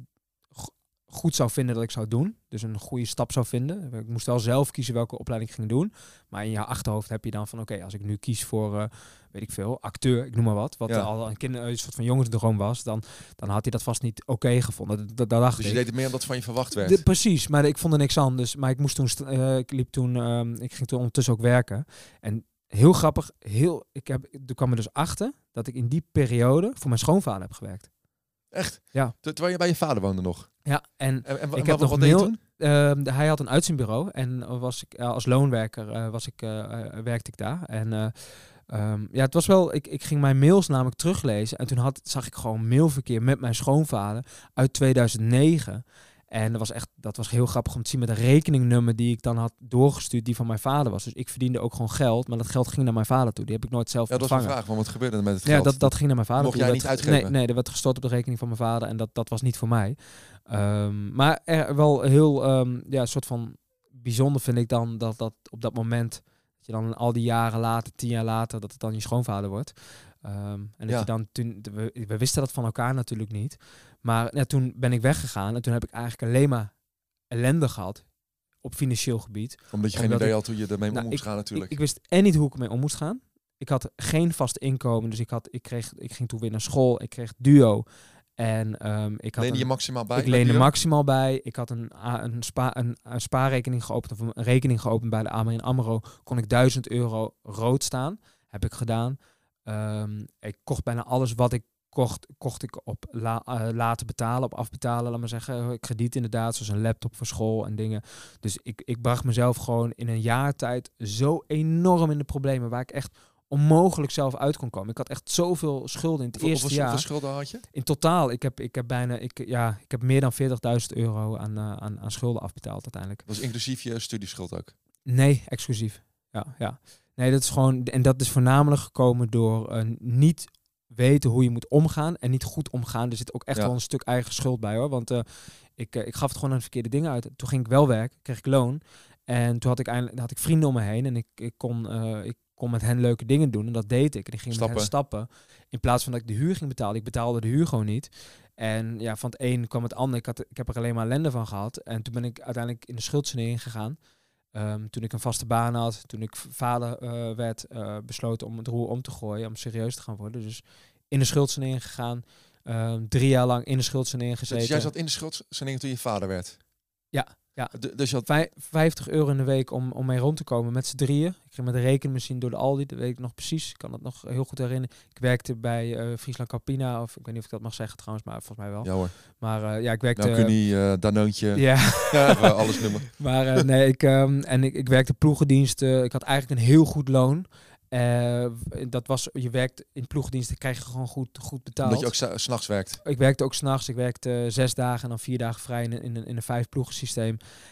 goed zou vinden dat ik zou doen. Dus een goede stap zou vinden. Ik moest wel zelf kiezen welke opleiding ik ging doen. Maar in je achterhoofd heb je dan van, oké, okay, als ik nu kies voor, uh, weet ik veel, acteur, ik noem maar wat. Wat ja. al een, kinder, een soort van jongensdroom was. Dan, dan had hij dat vast niet oké okay gevonden. Dat, dat, dat dacht dus ik. je deed het meer omdat van je verwacht werd? De, precies, maar ik vond er niks anders. Maar ik moest toen, uh, ik liep toen, uh, ik ging toen ondertussen ook werken. En heel grappig, heel, ik heb, er kwam er dus achter dat ik in die periode voor mijn schoonvader heb gewerkt. Echt? Ja. Terwijl je bij je vader woonde nog? Ja, en, en, en ik heb heb nog wat mail, toen? Uh, hij had een uitzendbureau en was ik, uh, als loonwerker uh, was ik, uh, uh, werkte ik daar. En uh, um, ja, het was wel, ik, ik ging mijn mails namelijk teruglezen en toen had, zag ik gewoon mailverkeer met mijn schoonvader uit tweeduizend negen. En dat was echt, dat was heel grappig om te zien met een rekeningnummer die ik dan had doorgestuurd, die van mijn vader was. Dus ik verdiende ook gewoon geld, maar dat geld ging naar mijn vader toe. Die heb ik nooit zelf ja, dat ontvangen. was een vraag, want wat gebeurde er met het geld? Ja, dat, dat ging naar mijn vader Mocht toe. jij dat, niet uitgeven? Nee, nee, dat werd gestort op de rekening van mijn vader en dat, dat was niet voor mij. Um, maar er wel heel, um, ja, soort van bijzonder vind ik dan dat dat op dat moment, dat je dan al die jaren later, tien jaar later, dat het dan je schoonvader wordt. Um, en dat ja. je dan toen, we, we wisten dat van elkaar natuurlijk niet. Maar ja, toen ben ik weggegaan en toen heb ik eigenlijk alleen maar ellende gehad op financieel gebied. Omdat je geen idee had hoe je ermee nou, om moest ik, gaan natuurlijk. Ik, ik wist en niet hoe ik ermee om moest gaan. Ik had geen vast inkomen, dus ik, had, ik, kreeg, ik ging toen weer naar school. Ik kreeg duo. En um, ik had leende een, je maximaal bij? Ik leende maximaal bij. Ik had een, een, spa, een, een spaarrekening geopend, of een rekening geopend bij de A M R AMRO. Kon ik duizend euro rood staan. Heb ik gedaan. Um, ik kocht bijna alles wat ik kocht, kocht ik op la, uh, laten betalen, op afbetalen, laat maar zeggen. Krediet inderdaad, zoals een laptop voor school en dingen. Dus ik, ik bracht mezelf gewoon in een jaar tijd zo enorm in de problemen, waar ik echt onmogelijk zelf uit kon komen. Ik had echt zoveel schulden in het Hoeveel, eerste hoeveel, jaar. hoeveel schulden had je? In totaal, ik heb, ik heb bijna, ik, ja, ik heb meer dan veertigduizend euro aan, uh, aan, aan schulden afbetaald uiteindelijk. Dat was inclusief je studieschuld ook? Nee, exclusief. Ja, ja. Nee, dat is gewoon, en dat is voornamelijk gekomen door uh, niet weten hoe je moet omgaan en niet goed omgaan. Er zit ook echt ja. wel een stuk eigen schuld bij, hoor. Want uh, ik, uh, ik gaf het gewoon aan de verkeerde dingen uit. Toen ging ik wel werken, kreeg ik loon. En toen had ik eindelijk had ik vrienden om me heen en ik, ik kon uh, ik kon met hen leuke dingen doen en dat deed ik. En ik ging stappen. met hen stappen. In plaats van dat ik de huur ging betalen. Ik betaalde de huur gewoon niet. En ja, van het een kwam het ander. Ik, had, ik heb er alleen maar ellende van gehad. En toen ben ik uiteindelijk in de schuldsanering gegaan. Um, toen ik een vaste baan had, toen ik vader uh, werd, uh, besloten om het roer om te gooien, om serieus te gaan worden. Dus in de schuldsanering gegaan. Um, drie jaar lang in de schuldsanering gezeten. Dus jij zat in de schuldsanering toen je vader werd? Ja. Ja, D- dus je had Vij- vijftig euro in de week om, om mee rond te komen met z'n drieën. Ik ging met de rekenmachine door de Aldi, dat weet ik nog precies. Ik kan dat nog heel goed herinneren. Ik werkte bij uh, Friesland Campina, of ik weet niet of ik dat mag zeggen trouwens, maar volgens mij wel. Ja hoor. Maar uh, ja, ik werkte... Nou kun je uh, Danoontje, ja. ja, alles noemen. Maar uh, nee, ik, um, en ik, ik werkte ploegendiensten. Ik had eigenlijk een heel goed loon. Uh, dat was, je werkt in ploegendiensten, krijg je gewoon goed, goed betaald. Omdat je ook s- 's nachts werkt. Ik werkte ook 's nachts. Ik werkte uh, zes dagen en dan vier dagen vrij in, in, in een vijf ploegen systeem.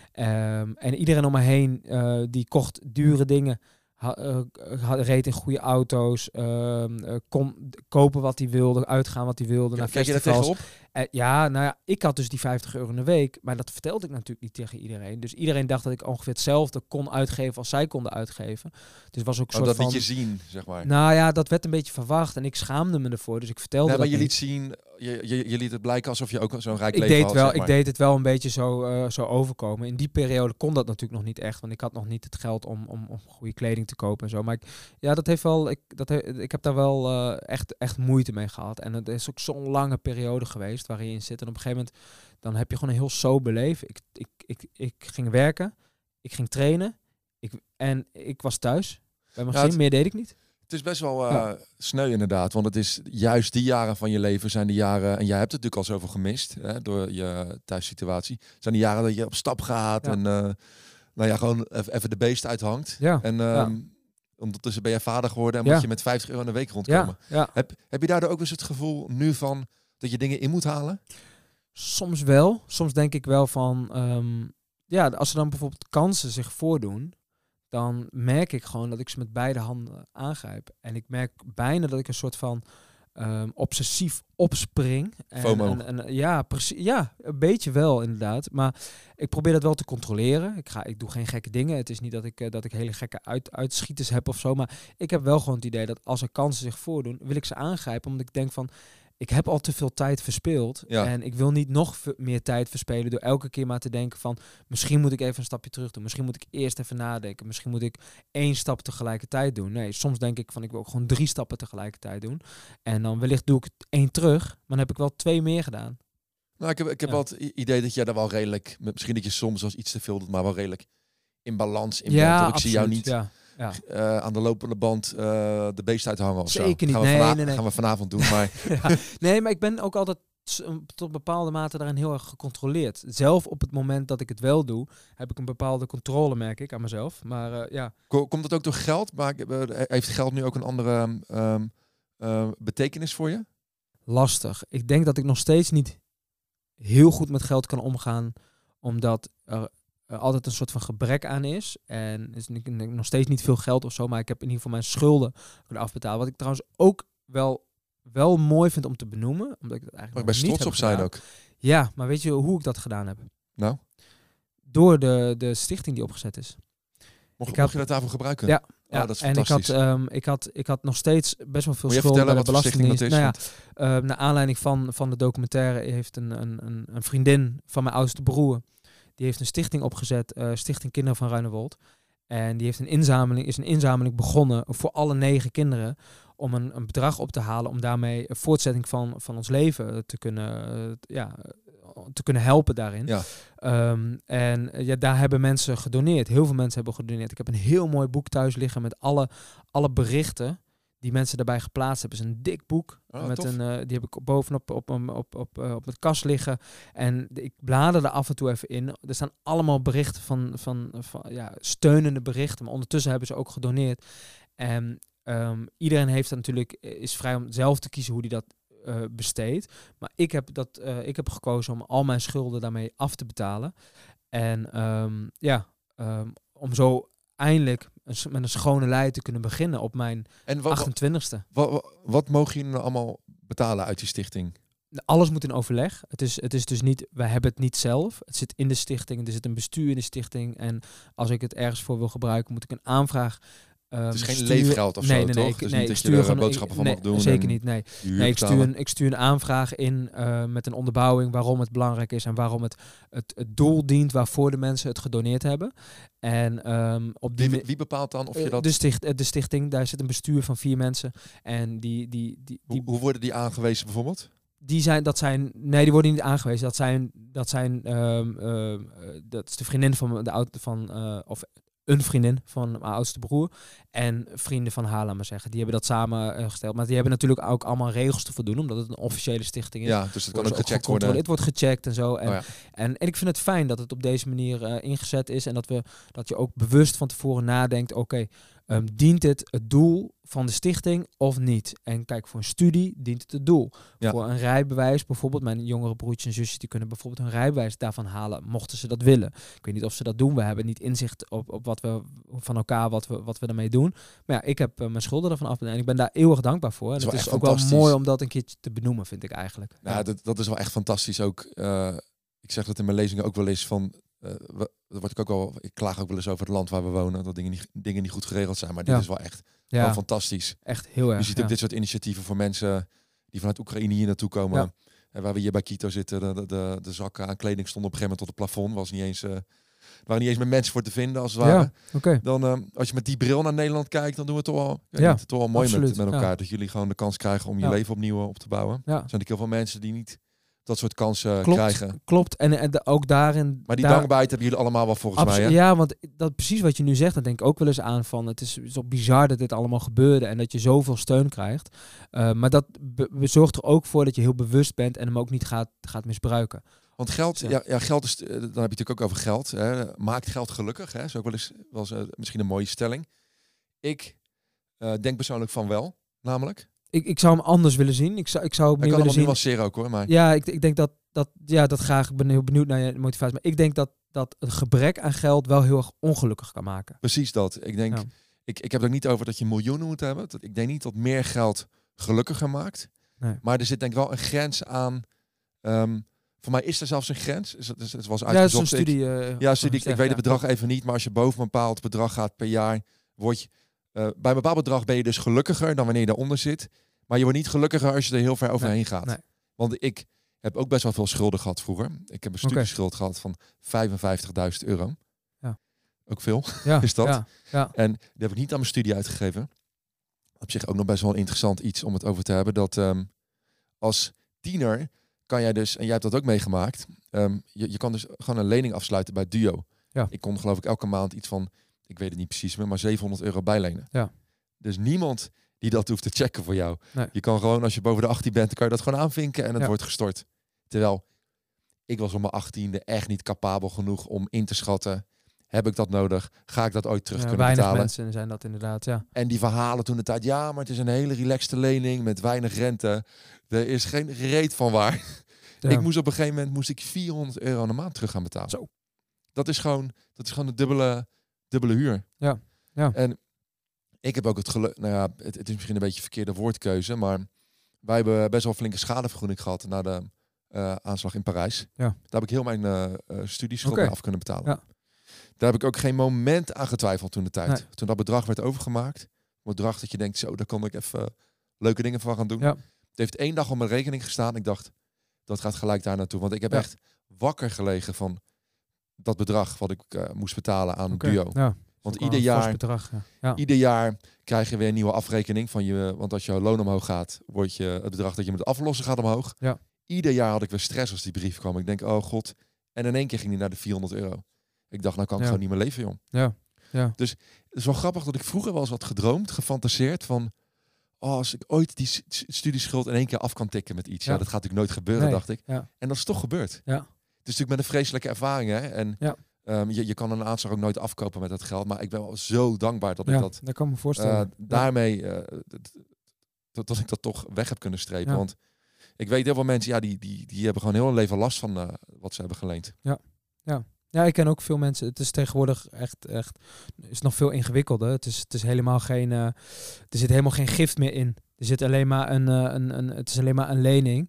Um, en iedereen om me heen uh, die kocht dure dingen. Ha, uh, ha, reed in goede auto's. Uh, uh, kon kopen wat hij wilde, uitgaan wat hij wilde. Ja, naar kijk festivals. je daar tegenop? Uh, ja, nou ja, ik had dus die vijftig euro in de week. Maar dat vertelde ik natuurlijk niet tegen iedereen. Dus iedereen dacht dat ik ongeveer hetzelfde kon uitgeven als zij konden uitgeven. Dus was ook oh, soort dat van... liet je zien, zeg maar. Nou ja, dat werd een beetje verwacht. En ik schaamde me ervoor. Dus ik vertelde nee, maar dat je niet. liet zien, je, je, je liet het blijken alsof je ook zo'n rijk Ik leven deed, had, wel, zeg maar. ik deed het wel een beetje zo, uh, zo overkomen. In die periode kon dat natuurlijk nog niet echt. Want ik had nog niet het geld om, om, om goede kleding te kopen en zo. Maar ik, ja, dat heeft wel, ik, dat he, ik heb daar wel uh, echt, echt moeite mee gehad. En het is ook zo'n lange periode geweest waarin je in zit. En op een gegeven moment, dan heb je gewoon een heel sober leven. Ik, ik, ik, ik ging werken, ik ging trainen ik, en ik was thuis. Bij mijn gezin, het, meer deed ik niet. Het is best wel uh, ja. sneu inderdaad, want het is juist die jaren van je leven zijn de jaren, en jij hebt het natuurlijk al zoveel gemist hè, door je thuissituatie, zijn die jaren dat je op stap gaat ja. en uh, nou ja, gewoon even de beest uithangt. Ja. En um, ja. ondertussen ben je vader geworden en ja. moet je met vijftig euro in de week rondkomen. Ja. Ja. Heb, heb je daardoor ook eens het gevoel nu van dat je dingen in moet halen? Soms wel. Soms denk ik wel van, um, ja, als er dan bijvoorbeeld kansen zich voordoen, dan merk ik gewoon dat ik ze met beide handen aangrijp. En ik merk bijna dat ik een soort van um, obsessief opspring. En, FOMO. En, en, ja, precies. Ja, een beetje wel inderdaad. Maar ik probeer dat wel te controleren. Ik, ga, ik doe geen gekke dingen. Het is niet dat ik, uh, dat ik hele gekke uit, uitschieters heb of zo. Maar ik heb wel gewoon het idee dat als er kansen zich voordoen, wil ik ze aangrijpen. Omdat ik denk van, ik heb al te veel tijd verspeeld. Ja. En ik wil niet nog v- meer tijd verspelen door elke keer maar te denken van, misschien moet ik even een stapje terug doen. Misschien moet ik eerst even nadenken. Misschien moet ik één stap tegelijkertijd doen. Nee, soms denk ik van, ik wil ook gewoon drie stappen tegelijkertijd doen. En dan wellicht doe ik het één terug, maar dan heb ik wel twee meer gedaan. Nou, ik heb, ik heb ja. wel het idee dat jij daar wel redelijk, misschien dat je soms als iets te veel doet, maar wel redelijk in balans in ja, bent. Ik zie jou niet ja. Ja. Uh, aan de lopende band uh, de beest uithangen of Zeker zo. niet. Gaan we, nee, vana- nee, nee. gaan we vanavond doen. Maar ja. Nee, maar ik ben ook altijd tot bepaalde mate daarin heel erg gecontroleerd. Zelf op het moment dat ik het wel doe, heb ik een bepaalde controle, merk ik, aan mezelf. Maar uh, ja. Komt het ook door geld? Maar heeft geld nu ook een andere um, uh, betekenis voor je? Lastig. Ik denk dat ik nog steeds niet heel goed met geld kan omgaan, omdat er Uh, altijd een soort van gebrek aan is. En is nog steeds niet veel geld of zo, maar ik heb in ieder geval mijn schulden kunnen afbetalen. Wat ik trouwens ook wel, wel mooi vind om te benoemen. Omdat ik dat eigenlijk maar ik ben niet trots op gedaan. zijn ook. Ja, maar weet je hoe ik dat gedaan heb? Nou? Door de, de stichting die opgezet is. Mocht, ik mocht je dat daarvoor gebruiken? Ja. Ja, ja, dat is en ik had, um, ik, had, ik had nog steeds best wel veel schulden bij de Belastingdienst. Nou ja, uh, naar aanleiding van, van de documentaire heeft een, een, een, een vriendin van mijn oudste broer, die heeft een stichting opgezet, uh, Stichting Kinderen van Ruinewold. En die heeft een inzameling, is een inzameling begonnen voor alle negen kinderen om een, een bedrag op te halen om daarmee een voortzetting van, van ons leven te kunnen, uh, ja, te kunnen helpen daarin. Ja. Um, en uh, ja, daar hebben mensen gedoneerd. Heel veel mensen hebben gedoneerd. Ik heb een heel mooi boek thuis liggen met alle, alle berichten die mensen daarbij geplaatst hebben. Het is een dik boek. Oh, met een, uh, die heb ik bovenop op, op, op, op, uh, op het kast liggen. En de, ik blader er af en toe even in. Er staan allemaal berichten van, van, van ja, steunende berichten. Maar ondertussen hebben ze ook gedoneerd. En um, iedereen heeft dat natuurlijk, is vrij om zelf te kiezen hoe die dat uh, besteedt. Maar ik heb, dat, uh, ik heb gekozen om al mijn schulden daarmee af te betalen. En um, ja, um, om zo eindelijk een, met een schone lei te kunnen beginnen op mijn en wat, achtentwintigste. Wat, wat, wat mogen jullie nou allemaal betalen uit die stichting? Alles moet in overleg. Het is, het is dus niet, wij hebben het niet zelf. Het zit in de stichting, er zit een bestuur in de stichting. En als ik het ergens voor wil gebruiken, moet ik een aanvraag Um, het is geen stuur... leefgeld of nee, zo, nee, toch? Nee, het is nee, niet ik dat stuur je er boodschappen van nee, mag doen. Zeker niet, nee. nee ik, stuur een, ik stuur een aanvraag in uh, met een onderbouwing waarom het belangrijk is en waarom het, het, het doel dient waarvoor de mensen het gedoneerd hebben. En um, op die wie, wie bepaalt dan of je dat... De, sticht, de stichting, daar zit een bestuur van vier mensen. En die... die, die, die... Hoe, hoe worden die aangewezen bijvoorbeeld? Die zijn, dat zijn, nee, die worden niet aangewezen. Dat zijn, dat zijn, um, uh, dat is de vriendin van de oud, van, uh, of een vriendin van mijn oudste broer en vrienden van haar, laat maar zeggen. Die hebben dat samen uh, gesteld. Maar die hebben natuurlijk ook allemaal regels te voldoen, omdat het een officiële stichting is. Ja, dus het kan ook gecheckt worden. Het wordt gecheckt en zo. En, oh ja. en, en ik vind het fijn dat het op deze manier uh, ingezet is en dat, we, dat je ook bewust van tevoren nadenkt, oké, okay, um, dient het het doel van de stichting of niet? En kijk, voor een studie dient het het doel. Ja. Voor een rijbewijs, bijvoorbeeld, mijn jongere broertjes en zusjes, die kunnen bijvoorbeeld hun rijbewijs daarvan halen, mochten ze dat willen. Ik weet niet of ze dat doen. We hebben niet inzicht op, op wat we van elkaar, wat we, wat we daarmee doen. Maar ja, ik heb uh, mijn schulden ervan af en ik ben daar eeuwig dankbaar voor. En het is ook wel mooi om dat een keertje te benoemen, vind ik eigenlijk. Nou, ja. dat, dat is wel echt fantastisch ook. Uh, ik zeg dat in mijn lezingen ook wel eens van, uh, dat word ik ook wel, ik klaag ook wel eens over het land waar we wonen, dat dingen niet, dingen niet goed geregeld zijn. Maar dit ja. is wel echt ja. wel fantastisch. Echt heel erg. Je ziet ook ja. dit soort initiatieven voor mensen die vanuit Oekraïne hier naartoe komen. Ja. En waar we hier bij Kito zitten, de, de, de, de zakken aan kleding stonden op een gegeven moment tot het plafond. Was niet eens, uh, waren niet eens meer mensen voor te vinden als het ware. Ja, okay. Dan uh, als je met die bril naar Nederland kijkt, dan doen we het toch wel, ja, het toch wel mooi met, met elkaar. Ja. Dat jullie gewoon de kans krijgen om je ja. leven opnieuw op te bouwen. Ja. Er zijn ook heel veel mensen die niet dat soort kansen klopt, krijgen. Klopt, en, en de, ook daarin... Maar die daar, dankbaarheid hebben jullie allemaal wel volgens abs- mij, hè? Ja, want dat precies wat je nu zegt, dat denk ik ook wel eens aan van... Het is zo bizar dat dit allemaal gebeurde en dat je zoveel steun krijgt. Uh, maar dat be- zorgt er ook voor dat je heel bewust bent en hem ook niet gaat, gaat misbruiken. Want geld, ja, ja, geld is, dan heb je het natuurlijk ook over geld. Hè. Maakt geld gelukkig, hè? Dat is ook wel eens, wel eens uh, misschien een mooie stelling. Ik uh, denk persoonlijk van wel, namelijk... Ik, ik zou hem anders willen zien. Ik zou, ik zou hem ik kan willen hem zien. nuanceren ook hoor. Maar... Ja, ik, ik denk dat, dat, ja, dat graag. Ik ben heel benieuwd naar je motivatie. Maar ik denk dat, dat een gebrek aan geld wel heel erg ongelukkig kan maken. Precies dat. Ik denk, ja. ik, ik heb het ook niet over dat je miljoenen moet hebben. Ik denk niet dat meer geld gelukkiger maakt. Nee. Maar er zit denk ik wel een grens aan. Um, voor mij is er zelfs een grens. Is het, is het was uitgezocht. Ja, zo'n studie. Uh, ja, studie. Ik, ik weet het bedrag ja. even niet. Maar als je boven een bepaald bedrag gaat per jaar, word je... Uh, bij een bepaald bedrag ben je dus gelukkiger dan wanneer je daaronder zit. Maar je wordt niet gelukkiger als je er heel ver overheen nee, gaat. Nee. Want ik heb ook best wel veel schulden gehad vroeger. Ik heb een studieschuld okay. gehad van vijfenvijftigduizend euro. Ja. Ook veel ja, is dat. Ja, ja. En die heb ik niet aan mijn studie uitgegeven. Op zich ook nog best wel een interessant iets om het over te hebben. Dat um, als tiener kan jij dus, en jij hebt dat ook meegemaakt. Um, je, je kan dus gewoon een lening afsluiten bij Duo. Ja. Ik kon geloof ik elke maand iets van, ik weet het niet precies meer, maar zevenhonderd euro bijlenen. Ja. Dus niemand... die dat hoeft te checken voor jou. Nee. Je kan gewoon, als je boven de achttien bent, kan je dat gewoon aanvinken en het ja. wordt gestort. Terwijl, ik was op mijn achttiende echt niet capabel genoeg om in te schatten. Heb ik dat nodig? Ga ik dat ooit terug ja, kunnen weinig betalen? Weinig mensen zijn dat inderdaad, ja. En die verhalen toen de tijd, ja, maar het is een hele relaxte lening met weinig rente. Er is geen reet van waar. Ja. Ik moest op een gegeven moment moest ik vierhonderd euro aan de maand terug gaan betalen. Zo. Dat is gewoon, dat is gewoon de dubbele, dubbele huur. Ja. Ja. En ik heb ook het geluk, nou ja, het, het is misschien een beetje een verkeerde woordkeuze, maar wij hebben best wel flinke schadevergoeding gehad na de uh, aanslag in Parijs. Ja. Daar heb ik heel mijn uh, uh, studieschuld okay. af kunnen betalen. Ja. Daar heb ik ook geen moment aan getwijfeld toen de tijd. Nee. Toen dat bedrag werd overgemaakt, een bedrag dat je denkt, zo, daar kon ik even uh, leuke dingen van gaan doen. Ja. Het heeft één dag op mijn rekening gestaan. Ik dacht, dat gaat gelijk daar naartoe. Want ik heb ja. echt wakker gelegen van dat bedrag wat ik uh, moest betalen aan okay. Duo. Ja. Want ieder jaar, bedrag, ja. Ja. ieder jaar krijg je weer een nieuwe afrekening van je. Want als jouw loon omhoog gaat, wordt je het bedrag dat je moet aflossen gaat omhoog. Ja. Ieder jaar had ik weer stress als die brief kwam. Ik denk, oh god. En in één keer ging die naar de vierhonderd euro. Ik dacht, nou kan ik ja. gewoon niet meer leven, jong. Ja. Ja. Dus het is wel grappig dat ik vroeger wel eens had gedroomd, gefantaseerd van, oh, als ik ooit die studieschuld in één keer af kan tikken met iets. Ja, ja dat gaat natuurlijk nooit gebeuren, nee. dacht ik. Ja. En dat is toch gebeurd. Ja. Het is natuurlijk met een vreselijke ervaring, hè. En ja. Um, je, je kan een aanslag ook nooit afkopen met dat geld. Maar ik ben wel zo dankbaar dat ja, ik dat... dat kan me voorstellen. Uh, daarmee... Uh, dat, dat ik dat toch weg heb kunnen strepen. Ja. Want ik weet heel veel mensen... Ja, die, die, die hebben gewoon heel hun leven last van uh, wat ze hebben geleend. Ja, ja. Ja, ik ken ook veel mensen. Het is tegenwoordig echt, echt is nog veel ingewikkelder. Het is, het is helemaal geen, uh, er zit helemaal geen gift meer in. Er zit alleen maar een, uh, een, een, het is alleen maar een lening.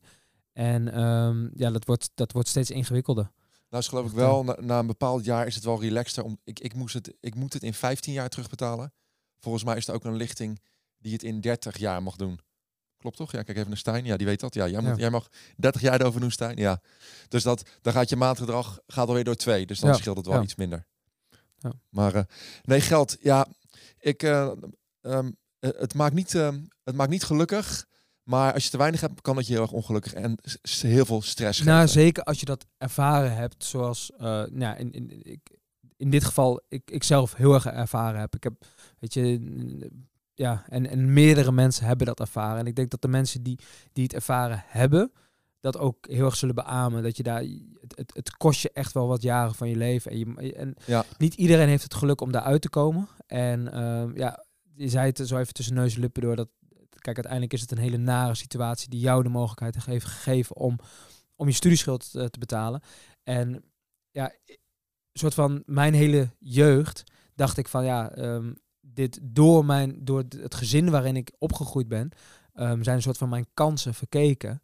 En um, ja, dat wordt, dat wordt steeds ingewikkelder. Nou, is geloof ik wel, na, na een bepaald jaar is het wel relaxter. Om, ik, ik, moest het, ik moet het in vijftien jaar terugbetalen. Volgens mij is er ook een lichting die het in dertig jaar mag doen. Klopt toch? Ja, kijk even naar Stijn. Ja, die weet dat. Ja, jij, moet, ja. jij mag dertig jaar erover doen, Stijn. Ja. Dus dat, dan gaat je maandgedrag gaat alweer door twee. Dus dan ja. scheelt het wel ja. iets minder. Ja. Maar uh, nee, geld. Ja, ik, uh, um, het, maakt niet, uh, het maakt niet gelukkig. Maar als je te weinig hebt, kan het je heel erg ongelukkig en heel veel stress geven. Nou, zeker als je dat ervaren hebt, zoals uh, nou, in, in, ik, in dit geval ik, ik zelf heel erg ervaren heb. Ik heb, weet je, ja, en, en meerdere mensen hebben dat ervaren. En ik denk dat de mensen die, die het ervaren hebben, dat ook heel erg zullen beamen. Dat je daar, het, het, het kost je echt wel wat jaren van je leven. En, je, en ja. niet iedereen heeft het geluk om daaruit te komen. En uh, ja, je zei het zo even tussen neus en lippen door dat. Kijk, uiteindelijk is het een hele nare situatie die jou de mogelijkheid heeft gegeven om, om je studieschuld te, te betalen. En ja, een soort van mijn hele jeugd dacht ik van ja, um, dit door, mijn, door het gezin waarin ik opgegroeid ben, um, zijn een soort van mijn kansen verkeken.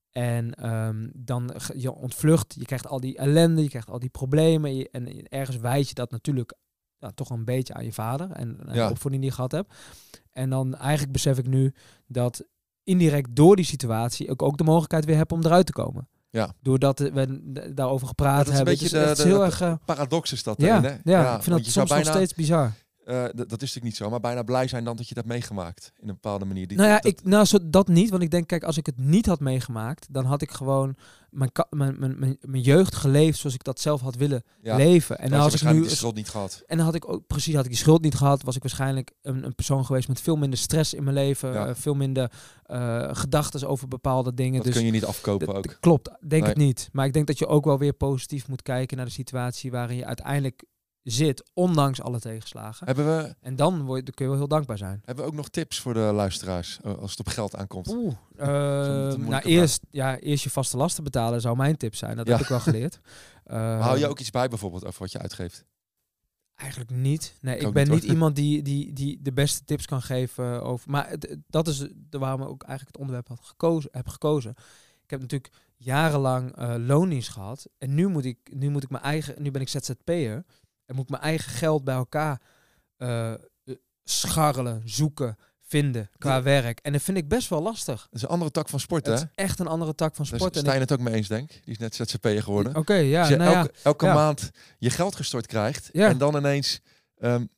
En um, dan je ontvlucht, je krijgt al die ellende, je krijgt al die problemen. Je, en ergens wijt je dat natuurlijk ja, toch een beetje aan je vader en, en ja. de opvoeding die je gehad hebt. En dan eigenlijk besef ik nu dat indirect door die situatie ik ook de mogelijkheid weer heb om eruit te komen. Ja. Doordat we daarover gepraat ja, hebben. Dat is een beetje dus de, de, heel de, erg, uh, paradox is dat. Ja, erin, hè? ja, ja, ik vind dat soms bijna, nog steeds bizar. Uh, d- dat is natuurlijk niet zo, maar bijna blij zijn dan dat je dat hebt meegemaakt. In een bepaalde manier. Die, nou ja, dat... ik, nou, zo, dat niet. Want ik denk, kijk, als ik het niet had meegemaakt, dan had ik gewoon mijn, ka- mijn, mijn, mijn, mijn jeugd geleefd zoals ik dat zelf had willen ja. leven. En dan had ik nu die schuld niet gehad. En dan had ik ook precies had ik die schuld niet gehad, was ik waarschijnlijk een, een persoon geweest met veel minder stress in mijn leven, ja. uh, veel minder uh, gedachten over bepaalde dingen. Dat dus kun je niet afkopen d- ook. D- klopt, denk nee. het niet. Maar ik denk dat je ook wel weer positief moet kijken naar de situatie waarin je uiteindelijk zit, ondanks alle tegenslagen. Hebben we, en dan, word je, dan kun je wel heel dankbaar zijn. Hebben we ook nog tips voor de luisteraars als het op geld aankomt? Oeh, uh, nou eerst, ja, eerst je vaste lasten betalen zou mijn tip zijn. Dat ja. heb ik wel geleerd. Uh, hou je ook iets bij bijvoorbeeld over wat je uitgeeft? Eigenlijk niet. Nee, ik, ik niet, ben niet hoor. iemand die, die, die de beste tips kan geven over. Maar het, dat is de waarom ik ook eigenlijk het onderwerp had gekozen, heb gekozen. Ik heb natuurlijk jarenlang uh, loondienst gehad. En nu moet ik, nu moet ik mijn eigen, nu ben ik Z Z P'er. En moet ik mijn eigen geld bij elkaar uh, scharrelen, zoeken, vinden qua ja. werk. En dat vind ik best wel lastig. Dat is een andere tak van sport, hè? Het is echt een andere tak van sport. Daar sta je het ook mee eens, denk ik. Die is net Z Z P'er geworden. Oké, okay, ja. Als je nou elke, ja, elke ja. maand je geld gestort krijgt ja. en dan ineens um,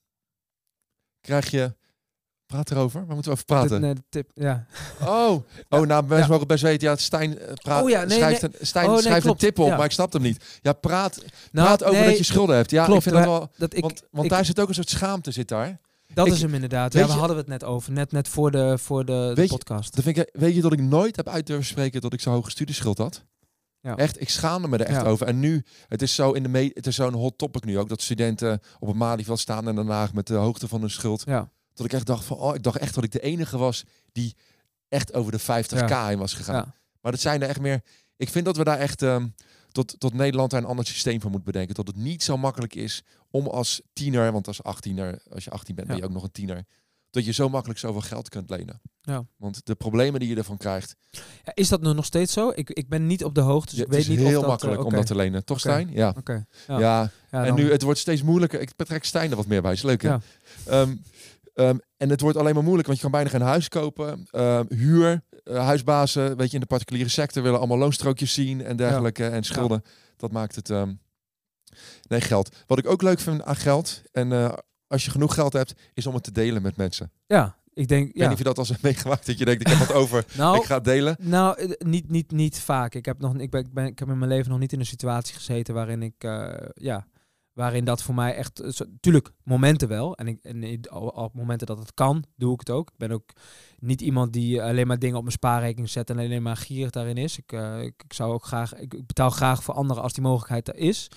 krijg je... Praat erover. Waar moeten we over praten? De, nee, de tip, ja. Oh, oh nou, mensen ja. mogen best weten. Ja, Stijn, uh, praat, oh, ja, nee, schrijft, nee. Een, Stijn oh, nee, schrijft een tip op, ja. maar ik snap hem niet. Ja, praat, nou, praat over nee, dat je schulden hebt. Ja, klopt, ik vind dat wel... Dat ik, want want ik, daar zit ook een soort schaamte, zit daar. Dat ik, is hem inderdaad. Ja, we je, hadden we het net over. Net, net voor de, voor de, de podcast. Je, vind ik, weet je dat ik nooit heb uit durven spreken dat ik zo'n hoge studieschuld had? Ja. Echt, ik schaamde me er echt ja. over. En nu, het is zo in de me- het is zo'n hot topic nu ook, dat studenten op een Malieveld staan en daarna met de hoogte van hun schuld. Ja. Dat ik echt dacht van, oh, ik dacht echt dat ik de enige was die echt over de vijftig k ja. heen was gegaan. Ja. Maar dat zijn er echt meer. Ik vind dat we daar echt um, tot, tot Nederland daar een ander systeem voor moeten bedenken. Dat het niet zo makkelijk is om als tiener, want als achtiener, als je achttien bent, ja. ben je ook nog een tiener, dat je zo makkelijk zoveel geld kunt lenen. Ja. Want de problemen die je ervan krijgt. Ja, is dat nu nog steeds zo? Ik, ik ben niet op de hoogte, dus ja, ik weet niet of dat... Het is heel makkelijk uh, okay. om dat te lenen. Toch, okay. Stijn? Ja. Okay. Ja. ja. ja en nu, het wordt steeds moeilijker. Ik betrek Stijn er wat meer bij. Is leuk, hè? Ja. Um, um, en het wordt alleen maar moeilijk, want je kan bijna geen huis kopen. Uh, huur, uh, huisbazen, weet je, in de particuliere sector willen allemaal loonstrookjes zien en dergelijke. Ja. En schulden. Ja. Dat maakt het... Um... Nee, geld. Wat ik ook leuk vind aan geld, en uh, als je genoeg geld hebt, is om het te delen met mensen. Ja. Ik denk, ik ja. weet niet of je dat als hebt meegemaakt, dat je denkt, ik heb wat over, nou, ik ga het delen. Nou, niet, niet, niet vaak. Ik heb, nog, ik, ben, ik, ben, ik heb in mijn leven nog niet in een situatie gezeten waarin ik, uh, ja, waarin dat voor mij echt, uh, tuurlijk, momenten wel. En, ik, en al, al op momenten dat het kan, doe ik het ook. Ik ben ook niet iemand die alleen maar dingen op mijn spaarrekening zet en alleen maar gierig daarin is. Ik, uh, ik, ik zou ook graag, ik, ik betaal graag voor anderen als die mogelijkheid er is.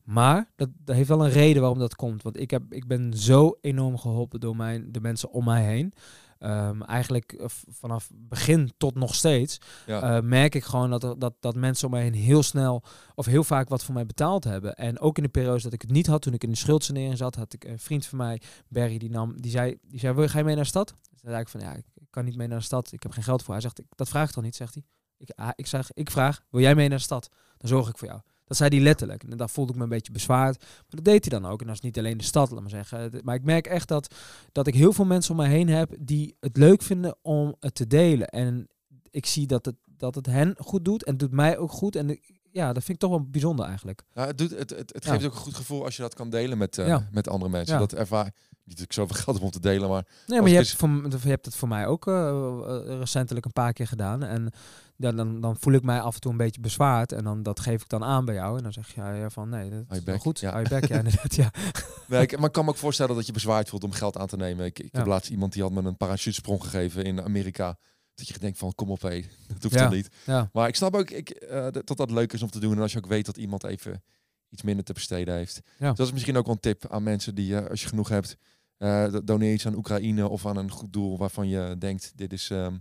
Maar dat, dat heeft wel een reden waarom dat komt. Want ik, heb, ik ben zo enorm geholpen door mijn, de mensen om mij heen. Um, eigenlijk uh, vanaf begin tot nog steeds ja. uh, merk ik gewoon dat, er, dat, dat mensen om mij heen heel snel of heel vaak wat voor mij betaald hebben. En ook in de periodes dat ik het niet had, toen ik in de schuldsanering zat, had ik een vriend van mij, Barry, die nam, die zei, die zei, ga je mee naar de stad? Toen zei ik van, ja, ik kan niet mee naar de stad, ik heb geen geld voor. Hij zegt, dat vraag ik toch niet, zegt hij. Ik, ah, ik, zeg, ik vraag, wil jij mee naar de stad? Dan zorg ik voor jou. Dat zei hij letterlijk. En daar voelde ik me een beetje bezwaard. Maar dat deed hij dan ook. En dat is niet alleen de stad, laat maar zeggen. Maar ik merk echt dat, dat ik heel veel mensen om me heen heb die het leuk vinden om het te delen. En ik zie dat het, dat het hen goed doet en het doet mij ook goed. En ja, dat vind ik toch wel bijzonder eigenlijk. Ja, het doet, het, het, het ja. geeft ook een goed gevoel als je dat kan delen met, uh, ja. met andere mensen. Ja. Dat ervaar niet dat ik zoveel geld heb om te delen, maar... Nee, maar je hebt, voor, je hebt het voor mij ook uh, recentelijk een paar keer gedaan. En ja, dan, dan voel ik mij af en toe een beetje bezwaard. En dan dat geef ik dan aan bij jou. En dan zeg je ja, van nee, dat is wel goed. Ja, je back, ja, inderdaad, ja. Nee, ik, maar ik kan me ook voorstellen dat je bezwaard voelt om geld aan te nemen. Ik, ik ja. heb laatst iemand die had me een parachutesprong gegeven in Amerika. Dat je denkt van, kom op hé, dat hoeft ja. toch niet. Ja. Maar ik snap ook ik, uh, dat dat leuk is om te doen. En als je ook weet dat iemand even iets minder te besteden heeft. Ja. Dus dat is misschien ook wel een tip aan mensen die, uh, als je genoeg hebt, uh, doneer iets aan Oekraïne of aan een goed doel waarvan je denkt, dit is, um,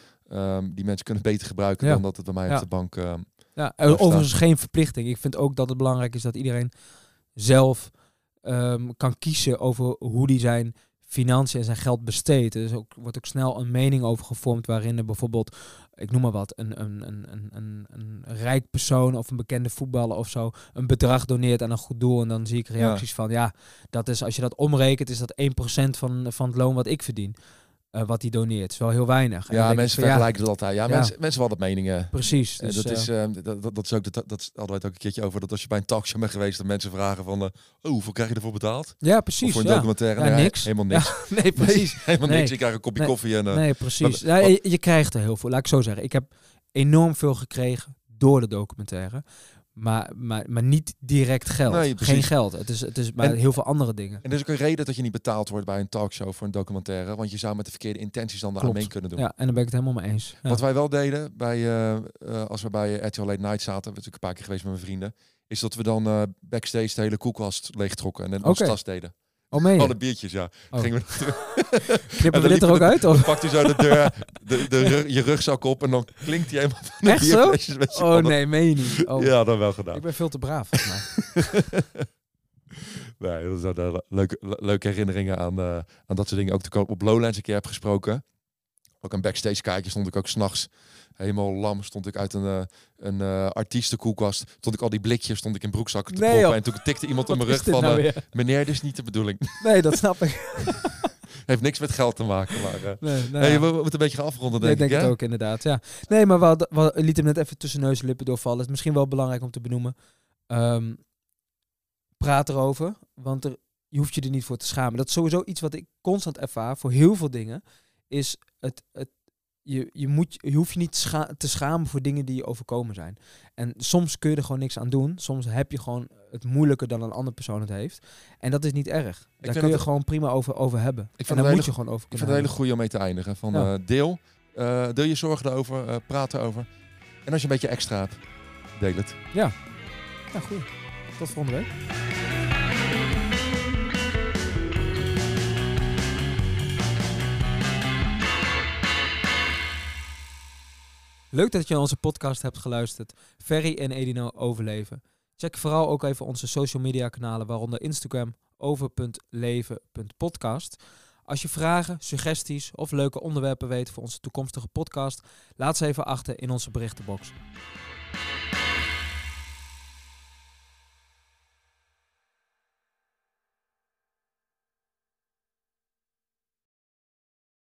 um, die mensen kunnen het beter gebruiken ja. dan dat het bij mij ja. op de bank uh, ja, overigens geen verplichting. Ik vind ook dat het belangrijk is dat iedereen zelf um, kan kiezen over hoe die zijn financiën en zijn geld besteedt. Er dus ook, wordt ook snel een mening over gevormd waarin er bijvoorbeeld, ik noem maar wat, een, een, een, een, een rijk persoon of een bekende voetballer of zo een bedrag doneert aan een goed doel. En dan zie ik reacties ja. van, ja, dat is, als je dat omrekent, is dat één procent van, van het loon wat ik verdien. Uh, wat hij doneert. Het is wel heel weinig. Ja, en mensen van, vergelijken ja, het altijd. Ja, ja. Mensen, mensen hadden meningen. Precies. Dus, uh, dat, is, uh, dat, dat, dat is ook, dat, dat hadden wij het ook een keertje over, dat als je bij een talkshow bent geweest, dat mensen vragen van, uh, oh, hoeveel krijg je ervoor betaald? Ja, precies. Of voor een ja. documentaire? Ja, nee, niks. Helemaal niks. Ja, nee, precies. Nee, helemaal nee. niks. Ik krijg een kopje nee. koffie en... Uh, nee, precies. Maar, ja, je, je krijgt er heel veel. Laat ik zo zeggen. Ik heb enorm veel gekregen door de documentaire. Maar, maar, maar niet direct geld. Nee, geen geld. Het is, het is maar en, heel veel andere dingen. En er is ook een reden dat je niet betaald wordt bij een talkshow voor een documentaire. Want je zou met de verkeerde intenties dan daar aan mee kunnen doen. Ja, en daar ben ik het helemaal mee eens. Ja. Wat wij wel deden, bij, uh, uh, als we bij R T L Late Night zaten, we hebben natuurlijk een paar keer geweest met mijn vrienden, is dat we dan uh, backstage de hele koelkast leegtrokken en dan onze tas deden. Oh, meen je? Alle biertjes, ja. Oh. Gingen we knippen we dit er ook de, uit? Of? Pakt hij zo de deur, de, de rug, je rugzak op en dan klinkt hij helemaal van de echt zo? Met oh nee, meen je niet? Oh. Ja, dan wel gedaan. Ik ben veel te braaf, volgens mij. Nee, dat zijn uh, leuke, leuke herinneringen aan, uh, aan dat soort dingen. Ook toen ik op Lowlands een keer heb gesproken. Ook een backstage kaartje stond ik ook 's nachts helemaal lam. Stond ik uit een, uh, een uh, artiestenkoelkast. Stond ik al die blikjes, stond ik in broekzakken te nee, proppen. Joh. En toen tikte iemand op mijn rug van, nou uh, meneer, dit is niet de bedoeling. Nee, dat snap ik. Heeft niks met geld te maken. Maar, uh, nee, nou hey, ja. we, we moeten een beetje gaan afronden, denk nee, ik. denk Ja? het ook, inderdaad. Ja. Nee, maar we, hadden, we lieten hem net even tussen neus en lippen doorvallen. Het is misschien wel belangrijk om te benoemen. Um, praat erover, want er, je hoeft je er niet voor te schamen. Dat is sowieso iets wat ik constant ervaar voor heel veel dingen. Is het, het je, je, moet, je hoeft je niet scha- te schamen voor dingen die je overkomen zijn. En soms kun je er gewoon niks aan doen. Soms heb je gewoon het moeilijker dan een andere persoon het heeft. En dat is niet erg. Ik Daar kun je gewoon prima over, over hebben. Ik en daar moet hele, je gewoon over kunnen Ik vind het een hele goede om mee te eindigen. Van, ja. uh, deel, uh, deel je zorgen erover, uh, praat erover. En als je een beetje extra hebt, deel het. Ja, ja goed. Tot volgende week. Leuk dat je onze podcast hebt geluisterd. Ferry en Edino overleven. Check vooral ook even onze social media kanalen, waaronder Instagram over punt leven punt podcast. Als je vragen, suggesties of leuke onderwerpen weet voor onze toekomstige podcast, laat ze even achter in onze berichtenbox.